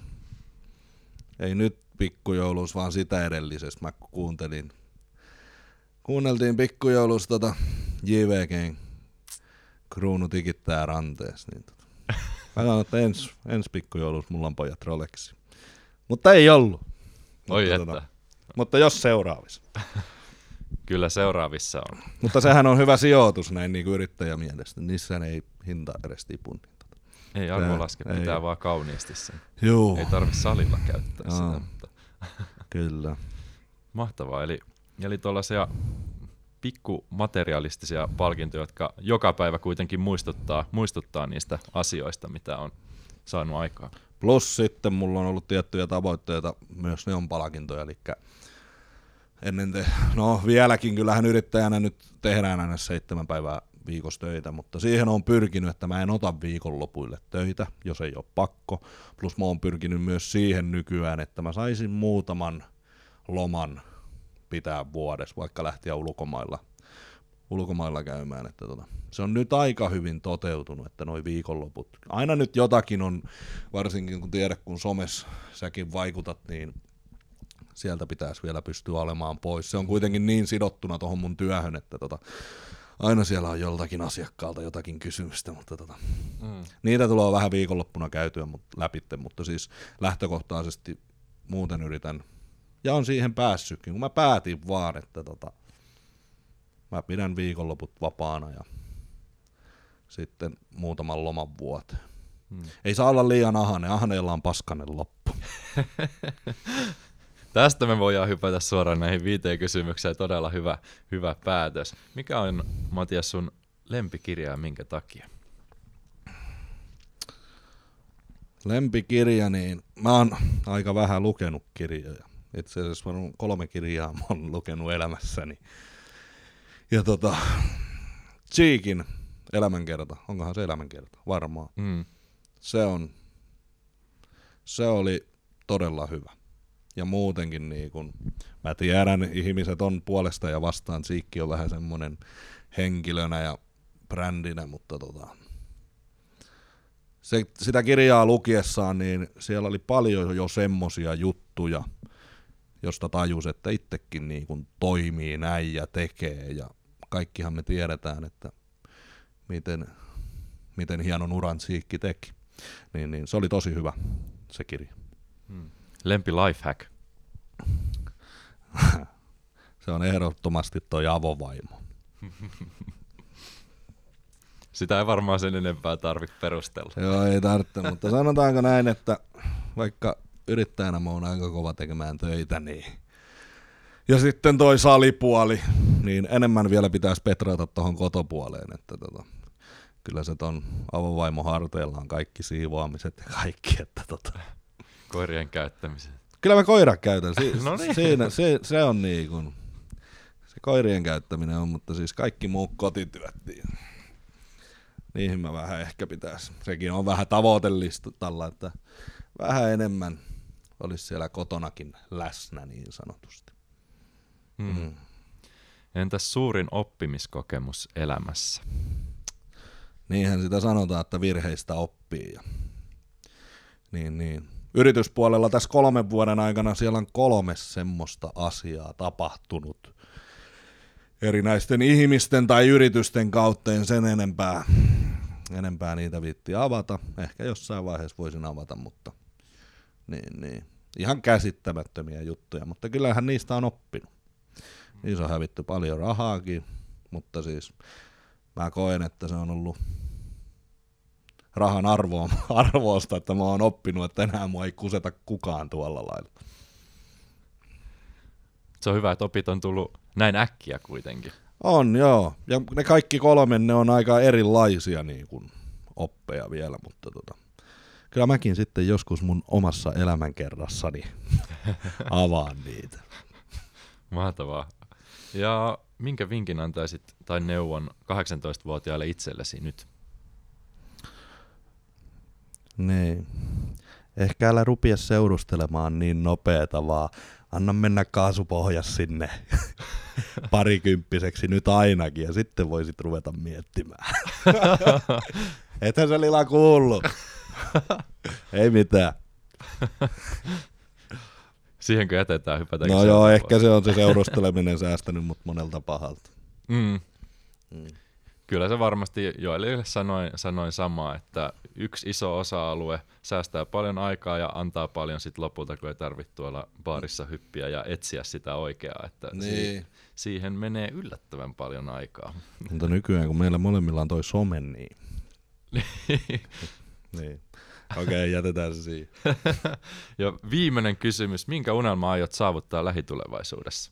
[SPEAKER 2] ei nyt pikkujouluus, vaan sitä edellisessä. Mä kuuntelin, kuunneltiin pikkujoulussa tota J V G:n Kruunu tikittää ranteessa. Niin tota. Mä sanon, että ens, ens pikkujoulussa mulla on pojat Rolexi. Mutta ei ollut.
[SPEAKER 1] Oi
[SPEAKER 2] mutta,
[SPEAKER 1] että.
[SPEAKER 2] Tota, mutta jos seuraavissa.
[SPEAKER 1] Kyllä seuraavissa on.
[SPEAKER 2] Mutta sehän on hyvä sijoitus näin niin kuin yrittäjämielestä. Niissä ei hinta edes tipu. Niin tota.
[SPEAKER 1] Ei arvo laske,
[SPEAKER 2] ei.
[SPEAKER 1] pitää vaan kauniisti sen.
[SPEAKER 2] Juu.
[SPEAKER 1] Ei tarvi salilla käyttää
[SPEAKER 2] Aa,
[SPEAKER 1] sitä. Mutta.
[SPEAKER 2] Kyllä.
[SPEAKER 1] Mahtavaa. Eli, eli tuollaisia pikkumaterialistisia palkintoja, jotka joka päivä kuitenkin muistuttaa, muistuttaa niistä asioista, mitä on saanut aikaan.
[SPEAKER 2] Plus sitten mulla on ollut tiettyjä tavoitteita, myös ne on palkintoja, eli ennen te, no vieläkin kyllähän yrittäjänä nyt tehdään aina seitsemän päivää viikossa töitä, mutta siihen on pyrkinyt, että mä en ota viikonlopuille töitä, jos ei ole pakko. Plus mä oon pyrkinyt myös siihen nykyään, että mä saisin muutaman loman pitää vuodessa, vaikka lähteä ulkomailla, ulkomailla käymään. Että tota, se on nyt aika hyvin toteutunut, että noi viikonloput. Aina nyt jotakin on, varsinkin kun tiedät, kun somessa säkin vaikutat, niin sieltä pitäisi vielä pystyä olemaan pois. Se on kuitenkin niin sidottuna tuohon mun työhön, että tota, aina siellä on joltakin asiakkaalta jotakin kysymystä, mutta tota, mm. niitä tulee vähän viikonloppuna käytyä läpitte, mutta siis lähtökohtaisesti muuten yritän, ja on siihen päässytkin, kun mä päätin vaan, että tota, mä pidän viikonloput vapaana ja sitten muutaman loman vuoteen. Hmm. Ei saa olla liian ahane, ahneella on paskanen loppu.
[SPEAKER 1] Tästä me voidaan hypätä suoraan näihin viiteen kysymykseen, todella hyvä, hyvä päätös. Mikä on, Matias, sun lempikirja ja minkä takia?
[SPEAKER 2] Lempikirja, niin mä oon aika vähän lukenut kirjoja. Itse asiassa kolme kirjaa mä oon lukenut elämässäni. Ja tota, Cheekin elämänkerta, onkohan se elämänkerta? Varmaan. Mm. Se on, se oli todella hyvä. Ja muutenkin niin kun, mä tiedän, ihmiset on puolesta ja vastaan, Cheekki on vähän semmonen henkilönä ja brändinä, mutta tota, se, sitä kirjaa lukiessaan, niin siellä oli paljon jo semmosia juttuja, josta tajus, että itsekin niin kun toimii näin ja tekee ja kaikkihan me tiedetään, että miten, miten hienon uran Cheekki teki. Niin, niin se oli tosi hyvä, se kirja.
[SPEAKER 1] Hmm. Lempi lifehack.
[SPEAKER 2] Se on ehdottomasti toi avovaimo.
[SPEAKER 1] Sitä ei varmaan sen enempää tarvitse perustella.
[SPEAKER 2] Joo, ei tarvitse, mutta sanotaanko näin, että vaikka yrittäjänä mä oon aika kova tekemään töitä, niin ja sitten toi salipuoli, niin enemmän vielä pitäisi petrata tuohon kotopuoleen, että tota, kyllä se ton avovaimo harteilla on kaikki siivoamiset ja kaikki, että tota.
[SPEAKER 1] Koirien käyttämisen.
[SPEAKER 2] Kyllä mä koirat käytän, si-
[SPEAKER 1] no niin.
[SPEAKER 2] siinä, se, se on niin kuin, se koirien käyttäminen on, mutta siis kaikki muu kotityöt, niin niihin mä vähän ehkä pitäisi, sekin on vähän tavoitellistalla, että vähän enemmän olisi siellä kotonakin läsnä niin sanotusti.
[SPEAKER 1] Hmm. Mm. Entäs suurin oppimiskokemus elämässä?
[SPEAKER 2] Niinhän sitä sanotaan, että virheistä oppii. Ja niin, niin. Yrityspuolella tässä kolmen vuoden aikana siellä on kolme semmoista asiaa tapahtunut. Erinäisten ihmisten tai yritysten kautta en sen enempää, enempää niitä viitti avata. Ehkä jossain vaiheessa voisin avata, mutta niin, niin. Ihan käsittämättömiä juttuja, mutta kyllähän niistä on oppinut. Niissä on hävitty paljon rahaakin, mutta siis mä koen, että se on ollut rahan arvoa, arvoista, että mä oon oppinut, että enää mua ei kuseta kukaan tuolla lailla.
[SPEAKER 1] Se on hyvä, että opit on tullut näin äkkiä kuitenkin.
[SPEAKER 2] On, joo. Ja ne kaikki kolme, ne on aika erilaisia niin kuin oppeja vielä, mutta tota, kyllä mäkin sitten joskus mun omassa elämänkerrassani avaan niitä.
[SPEAKER 1] Mahtavaa. Ja minkä vinkin antaisit tai neuvon kahdeksantoistavuotiaalle itsellesi nyt?
[SPEAKER 2] Niin. Ehkä älä rupia seurustelemaan niin nopeeta, vaan anna mennä kaasupohjas sinne parikymppiseksi nyt ainakin, ja sitten voisit ruveta miettimään. Ethän sä Lila kuullut. Ei mitään.
[SPEAKER 1] Siihenkö jätetään, hypätäänkö?
[SPEAKER 2] No joo, ehkä se on se seurusteleminen säästänyt mut monelta pahalta.
[SPEAKER 1] Mm.
[SPEAKER 2] Mm.
[SPEAKER 1] Kyllä se varmasti Joelille sanoin, sanoin samaa, että yksi iso osa-alue säästää paljon aikaa ja antaa paljon sit lopulta, kun ei tarvitse tuolla baarissa hyppiä ja etsiä sitä oikeaa. Että
[SPEAKER 2] niin.
[SPEAKER 1] si- siihen menee yllättävän paljon aikaa.
[SPEAKER 2] Mutta nykyään, kun meillä molemmilla on toi some, niin... niin. Okei, okay, jätetään se siihen.
[SPEAKER 1] Ja viimeinen kysymys, minkä unelma aiot saavuttaa lähitulevaisuudessa?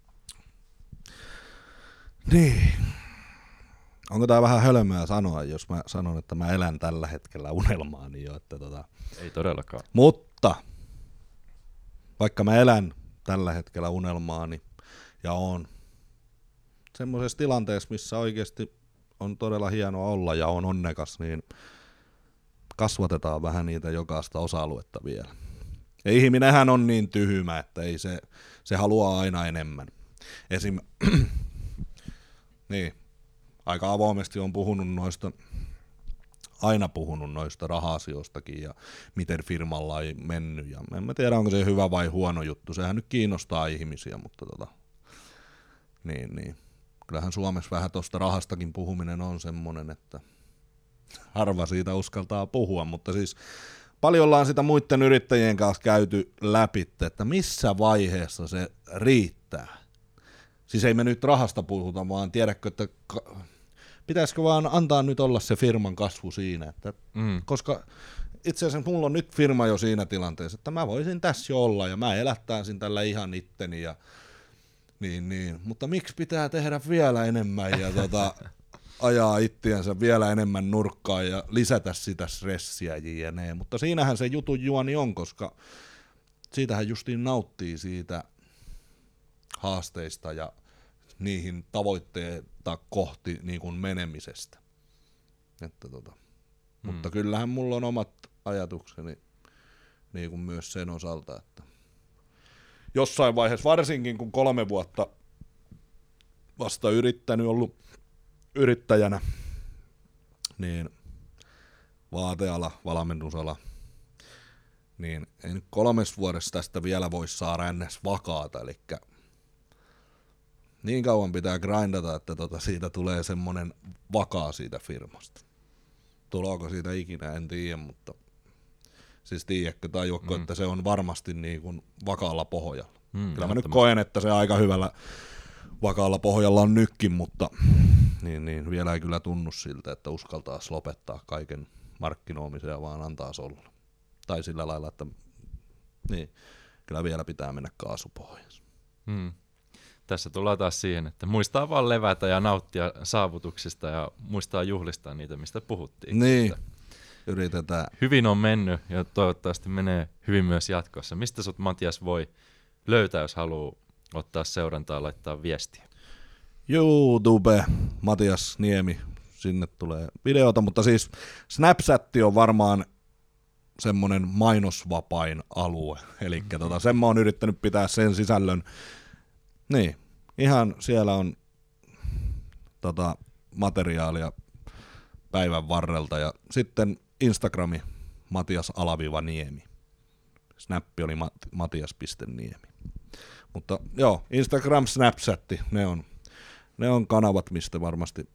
[SPEAKER 2] Niin. Onko tää vähän hölmöä sanoa, jos mä sanon, että mä elän tällä hetkellä unelmaani jo, että tota...
[SPEAKER 1] Ei todellakaan.
[SPEAKER 2] Mutta vaikka mä elän tällä hetkellä unelmaani ja oon semmoisessa tilanteessa, missä oikeasti on todella hienoa olla ja on onnekas, niin kasvatetaan vähän niitä jokaista osa-aluetta vielä. Ja ihminenhän on niin tyhmä, että ei se, se haluaa aina enemmän. Esim... niin. Aika avoimesti on puhunut noista, aina puhunut noista raha-asioistakin ja miten firmalla ei mennyt. Ja en mä tiedä, onko se hyvä vai huono juttu. Sehän nyt kiinnostaa ihmisiä, mutta tota, niin, niin. Kyllähän Suomessa vähän tuosta rahastakin puhuminen on semmoinen, että harva siitä uskaltaa puhua, mutta siis paljon ollaan sitä muiden yrittäjien kanssa käyty läpi, että missä vaiheessa se riittää. Siis ei me nyt rahasta puhuta, vaan tiedätkö, että ka- pitäisikö vaan antaa nyt olla se firman kasvu siinä, että mm. koska itse asiassa mulla on nyt firma jo siinä tilanteessa, että mä voisin tässä jo olla ja mä elättäisin tällä ihan itteni ja niin, niin. Mutta miksi pitää tehdä vielä enemmän ja tota, ajaa ittiänsä vielä enemmän nurkkaan ja lisätä sitä stressiä jne. Mutta siinähän se jutun juoni on, koska siitähän justiin nauttii siitä haasteista ja niihin tavoitteita kohti niin kuin menemisestä. Että tota. Mm. Mutta kyllähän mulla on omat ajatukseni niin kuin myös sen osalta, että jossain vaiheessa, varsinkin kun kolme vuotta vasta yrittänyt, ollut yrittäjänä, niin vaateala, valmennusala, niin ei nyt kolmes vuodessa tästä vielä voi saada ns. Vakaata, eli niin kauan pitää grindata, että tota siitä tulee semmonen vakaa siitä firmasta. Tuleeko siitä ikinä, en tiedä, mutta siis tiedätkö tai juokko, mm. että se on varmasti niin kuin vakaalla pohjalla. Mm, Kyllä mä nyt koen, että se aika hyvällä vakaalla pohjalla on nytkin, mutta niin, niin, vielä ei kyllä tunnu siltä, että uskaltaisi lopettaa kaiken markkinoimisen ja vaan antaa olla. Tai sillä lailla, että niin, kyllä vielä pitää mennä kaasupohjassa. Mm.
[SPEAKER 1] Tässä tullaan taas siihen, että muistaa vaan levätä ja nauttia saavutuksista ja muistaa juhlistaa niitä, mistä puhuttiin.
[SPEAKER 2] Niin, yritetään.
[SPEAKER 1] Hyvin on mennyt ja toivottavasti menee hyvin myös jatkossa. Mistä sut, Matias, voi löytää, jos haluaa ottaa seurantaa ja laittaa viestiä?
[SPEAKER 2] YouTube, Matias Niemi, sinne tulee videota, mutta siis Snapchat on varmaan semmoinen mainosvapain alue, eli mm-hmm. tota, sen mä oon yrittänyt pitää sen sisällön. Niin, ihan siellä on tota, materiaalia päivän varrelta ja sitten Instagrami Matias alaviiva Niemi. Snappi oli mat- matias piste niemi. Mutta joo, Instagram, Snapchat, ne on, ne on kanavat, mistä varmasti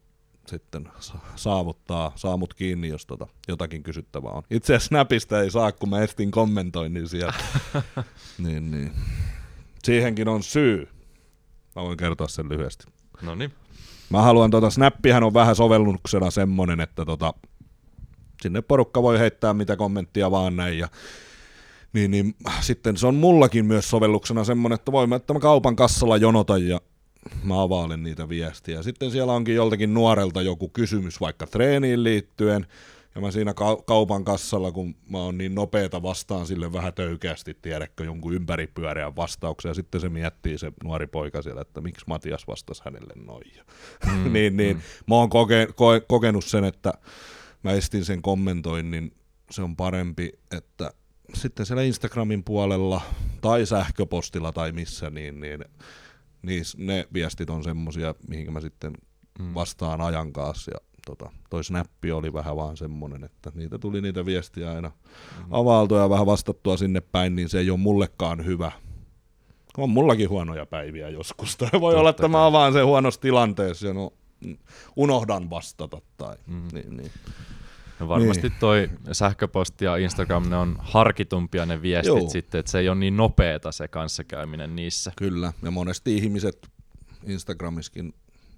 [SPEAKER 2] sitten saavuttaa, saa mut kiinni, jos tota jotakin kysyttävää on. Itse asiassa Snapista ei saa, kun mä estin kommentoinnin sieltä. niin, niin. Siihenkin on syy. Mä voin kertoa sen lyhyesti.
[SPEAKER 1] Noniin.
[SPEAKER 2] Mä haluan, tota, Snappihän on vähän sovelluksena semmonen, että tota, sinne porukka voi heittää mitä kommenttia vaan näin. Ja, niin, niin, sitten se on mullakin myös sovelluksena semmonen, että voin, että mä kaupan kassalla jonotan ja mä availen niitä viestiä. Sitten siellä onkin joltakin nuorelta joku kysymys vaikka treeniin liittyen, ja mä siinä kaupan kassalla, kun mä oon niin nopeeta vastaan sille vähän töykeästi, tiedätkö, jonkun ympäripyöreän vastauksen, ja sitten se miettii se nuori poika siellä, että miksi Matias vastasi hänelle noin. Mm, niin, niin. Mm. Mä oon koke, ko, kokenut sen, että mä estin sen kommentoinnin, se on parempi, että sitten siellä Instagramin puolella tai sähköpostilla tai missä, niin, niin Niin ne viestit on semmosia, mihinkä mä sitten vastaan ajan kanssa, ja tota, toi Snappi oli vähän vaan semmonen, että niitä tuli niitä viestiä aina mm-hmm. availtua ja vähän vastattua sinne päin, niin se ei ole mullekaan hyvä. On mullakin huonoja päiviä joskus, tai voi Totta olla, että mä avaan sen huonossa tilanteessa ja no, unohdan vastata. Tai, mm-hmm. niin, niin.
[SPEAKER 1] No varmasti niin. Toi sähköposti ja Instagram, ne on harkitumpia ne viestit Joo. sitten, että se ei ole niin nopeeta se kanssakäyminen niissä.
[SPEAKER 2] Kyllä, ja monesti ihmiset Instagramissakin,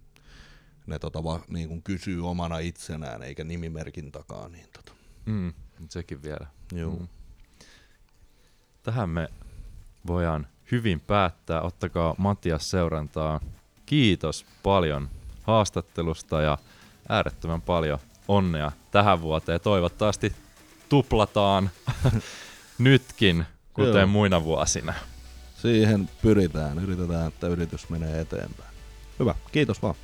[SPEAKER 2] ne tota va, niin kuin kysyy omana itsenään, eikä nimimerkin takaa. Niin tota.
[SPEAKER 1] mm, sekin vielä.
[SPEAKER 2] Joo.
[SPEAKER 1] Mm. Tähän me voidaan hyvin päättää. Ottakaa Matias seurantaa. Kiitos paljon haastattelusta ja äärettömän paljon onnea tähän vuoteen. Toivottavasti tuplataan nytkin, kuten Joo. muina vuosina.
[SPEAKER 2] Siihen pyritään. Yritetään, että yritys menee eteenpäin. Hyvä, kiitos vaan.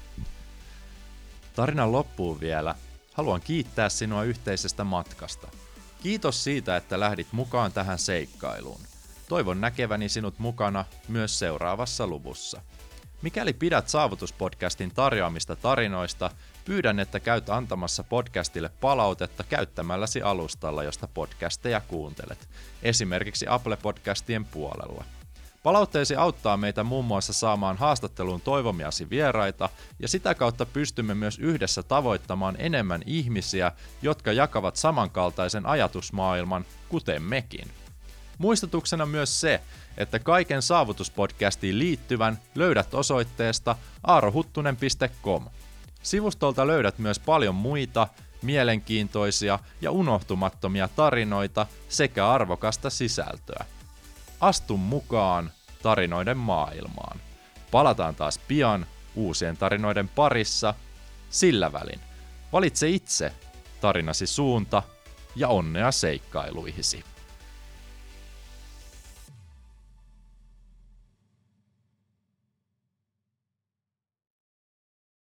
[SPEAKER 1] Tarinan loppuun vielä. Haluan kiittää sinua yhteisestä matkasta. Kiitos siitä, että lähdit mukaan tähän seikkailuun. Toivon näkeväni sinut mukana myös seuraavassa luvussa. Mikäli pidät Saavutuspodcastin tarjoamista tarinoista, pyydän, että käyt antamassa podcastille palautetta käyttämälläsi alustalla, josta podcasteja kuuntelet, esimerkiksi Apple-podcastien puolella. Palautteesi auttaa meitä muun muassa saamaan haastatteluun toivomiasi vieraita, ja sitä kautta pystymme myös yhdessä tavoittamaan enemmän ihmisiä, jotka jakavat samankaltaisen ajatusmaailman, kuten mekin. Muistutuksena myös se, että kaiken Saavutuspodcastiin liittyvän löydät osoitteesta aarohuttunen piste com. Sivustolta löydät myös paljon muita, mielenkiintoisia ja unohtumattomia tarinoita sekä arvokasta sisältöä. Astu mukaan tarinoiden maailmaan. Palataan taas pian uusien tarinoiden parissa. Sillä välin valitse itse tarinasi suunta ja onnea seikkailuihisi.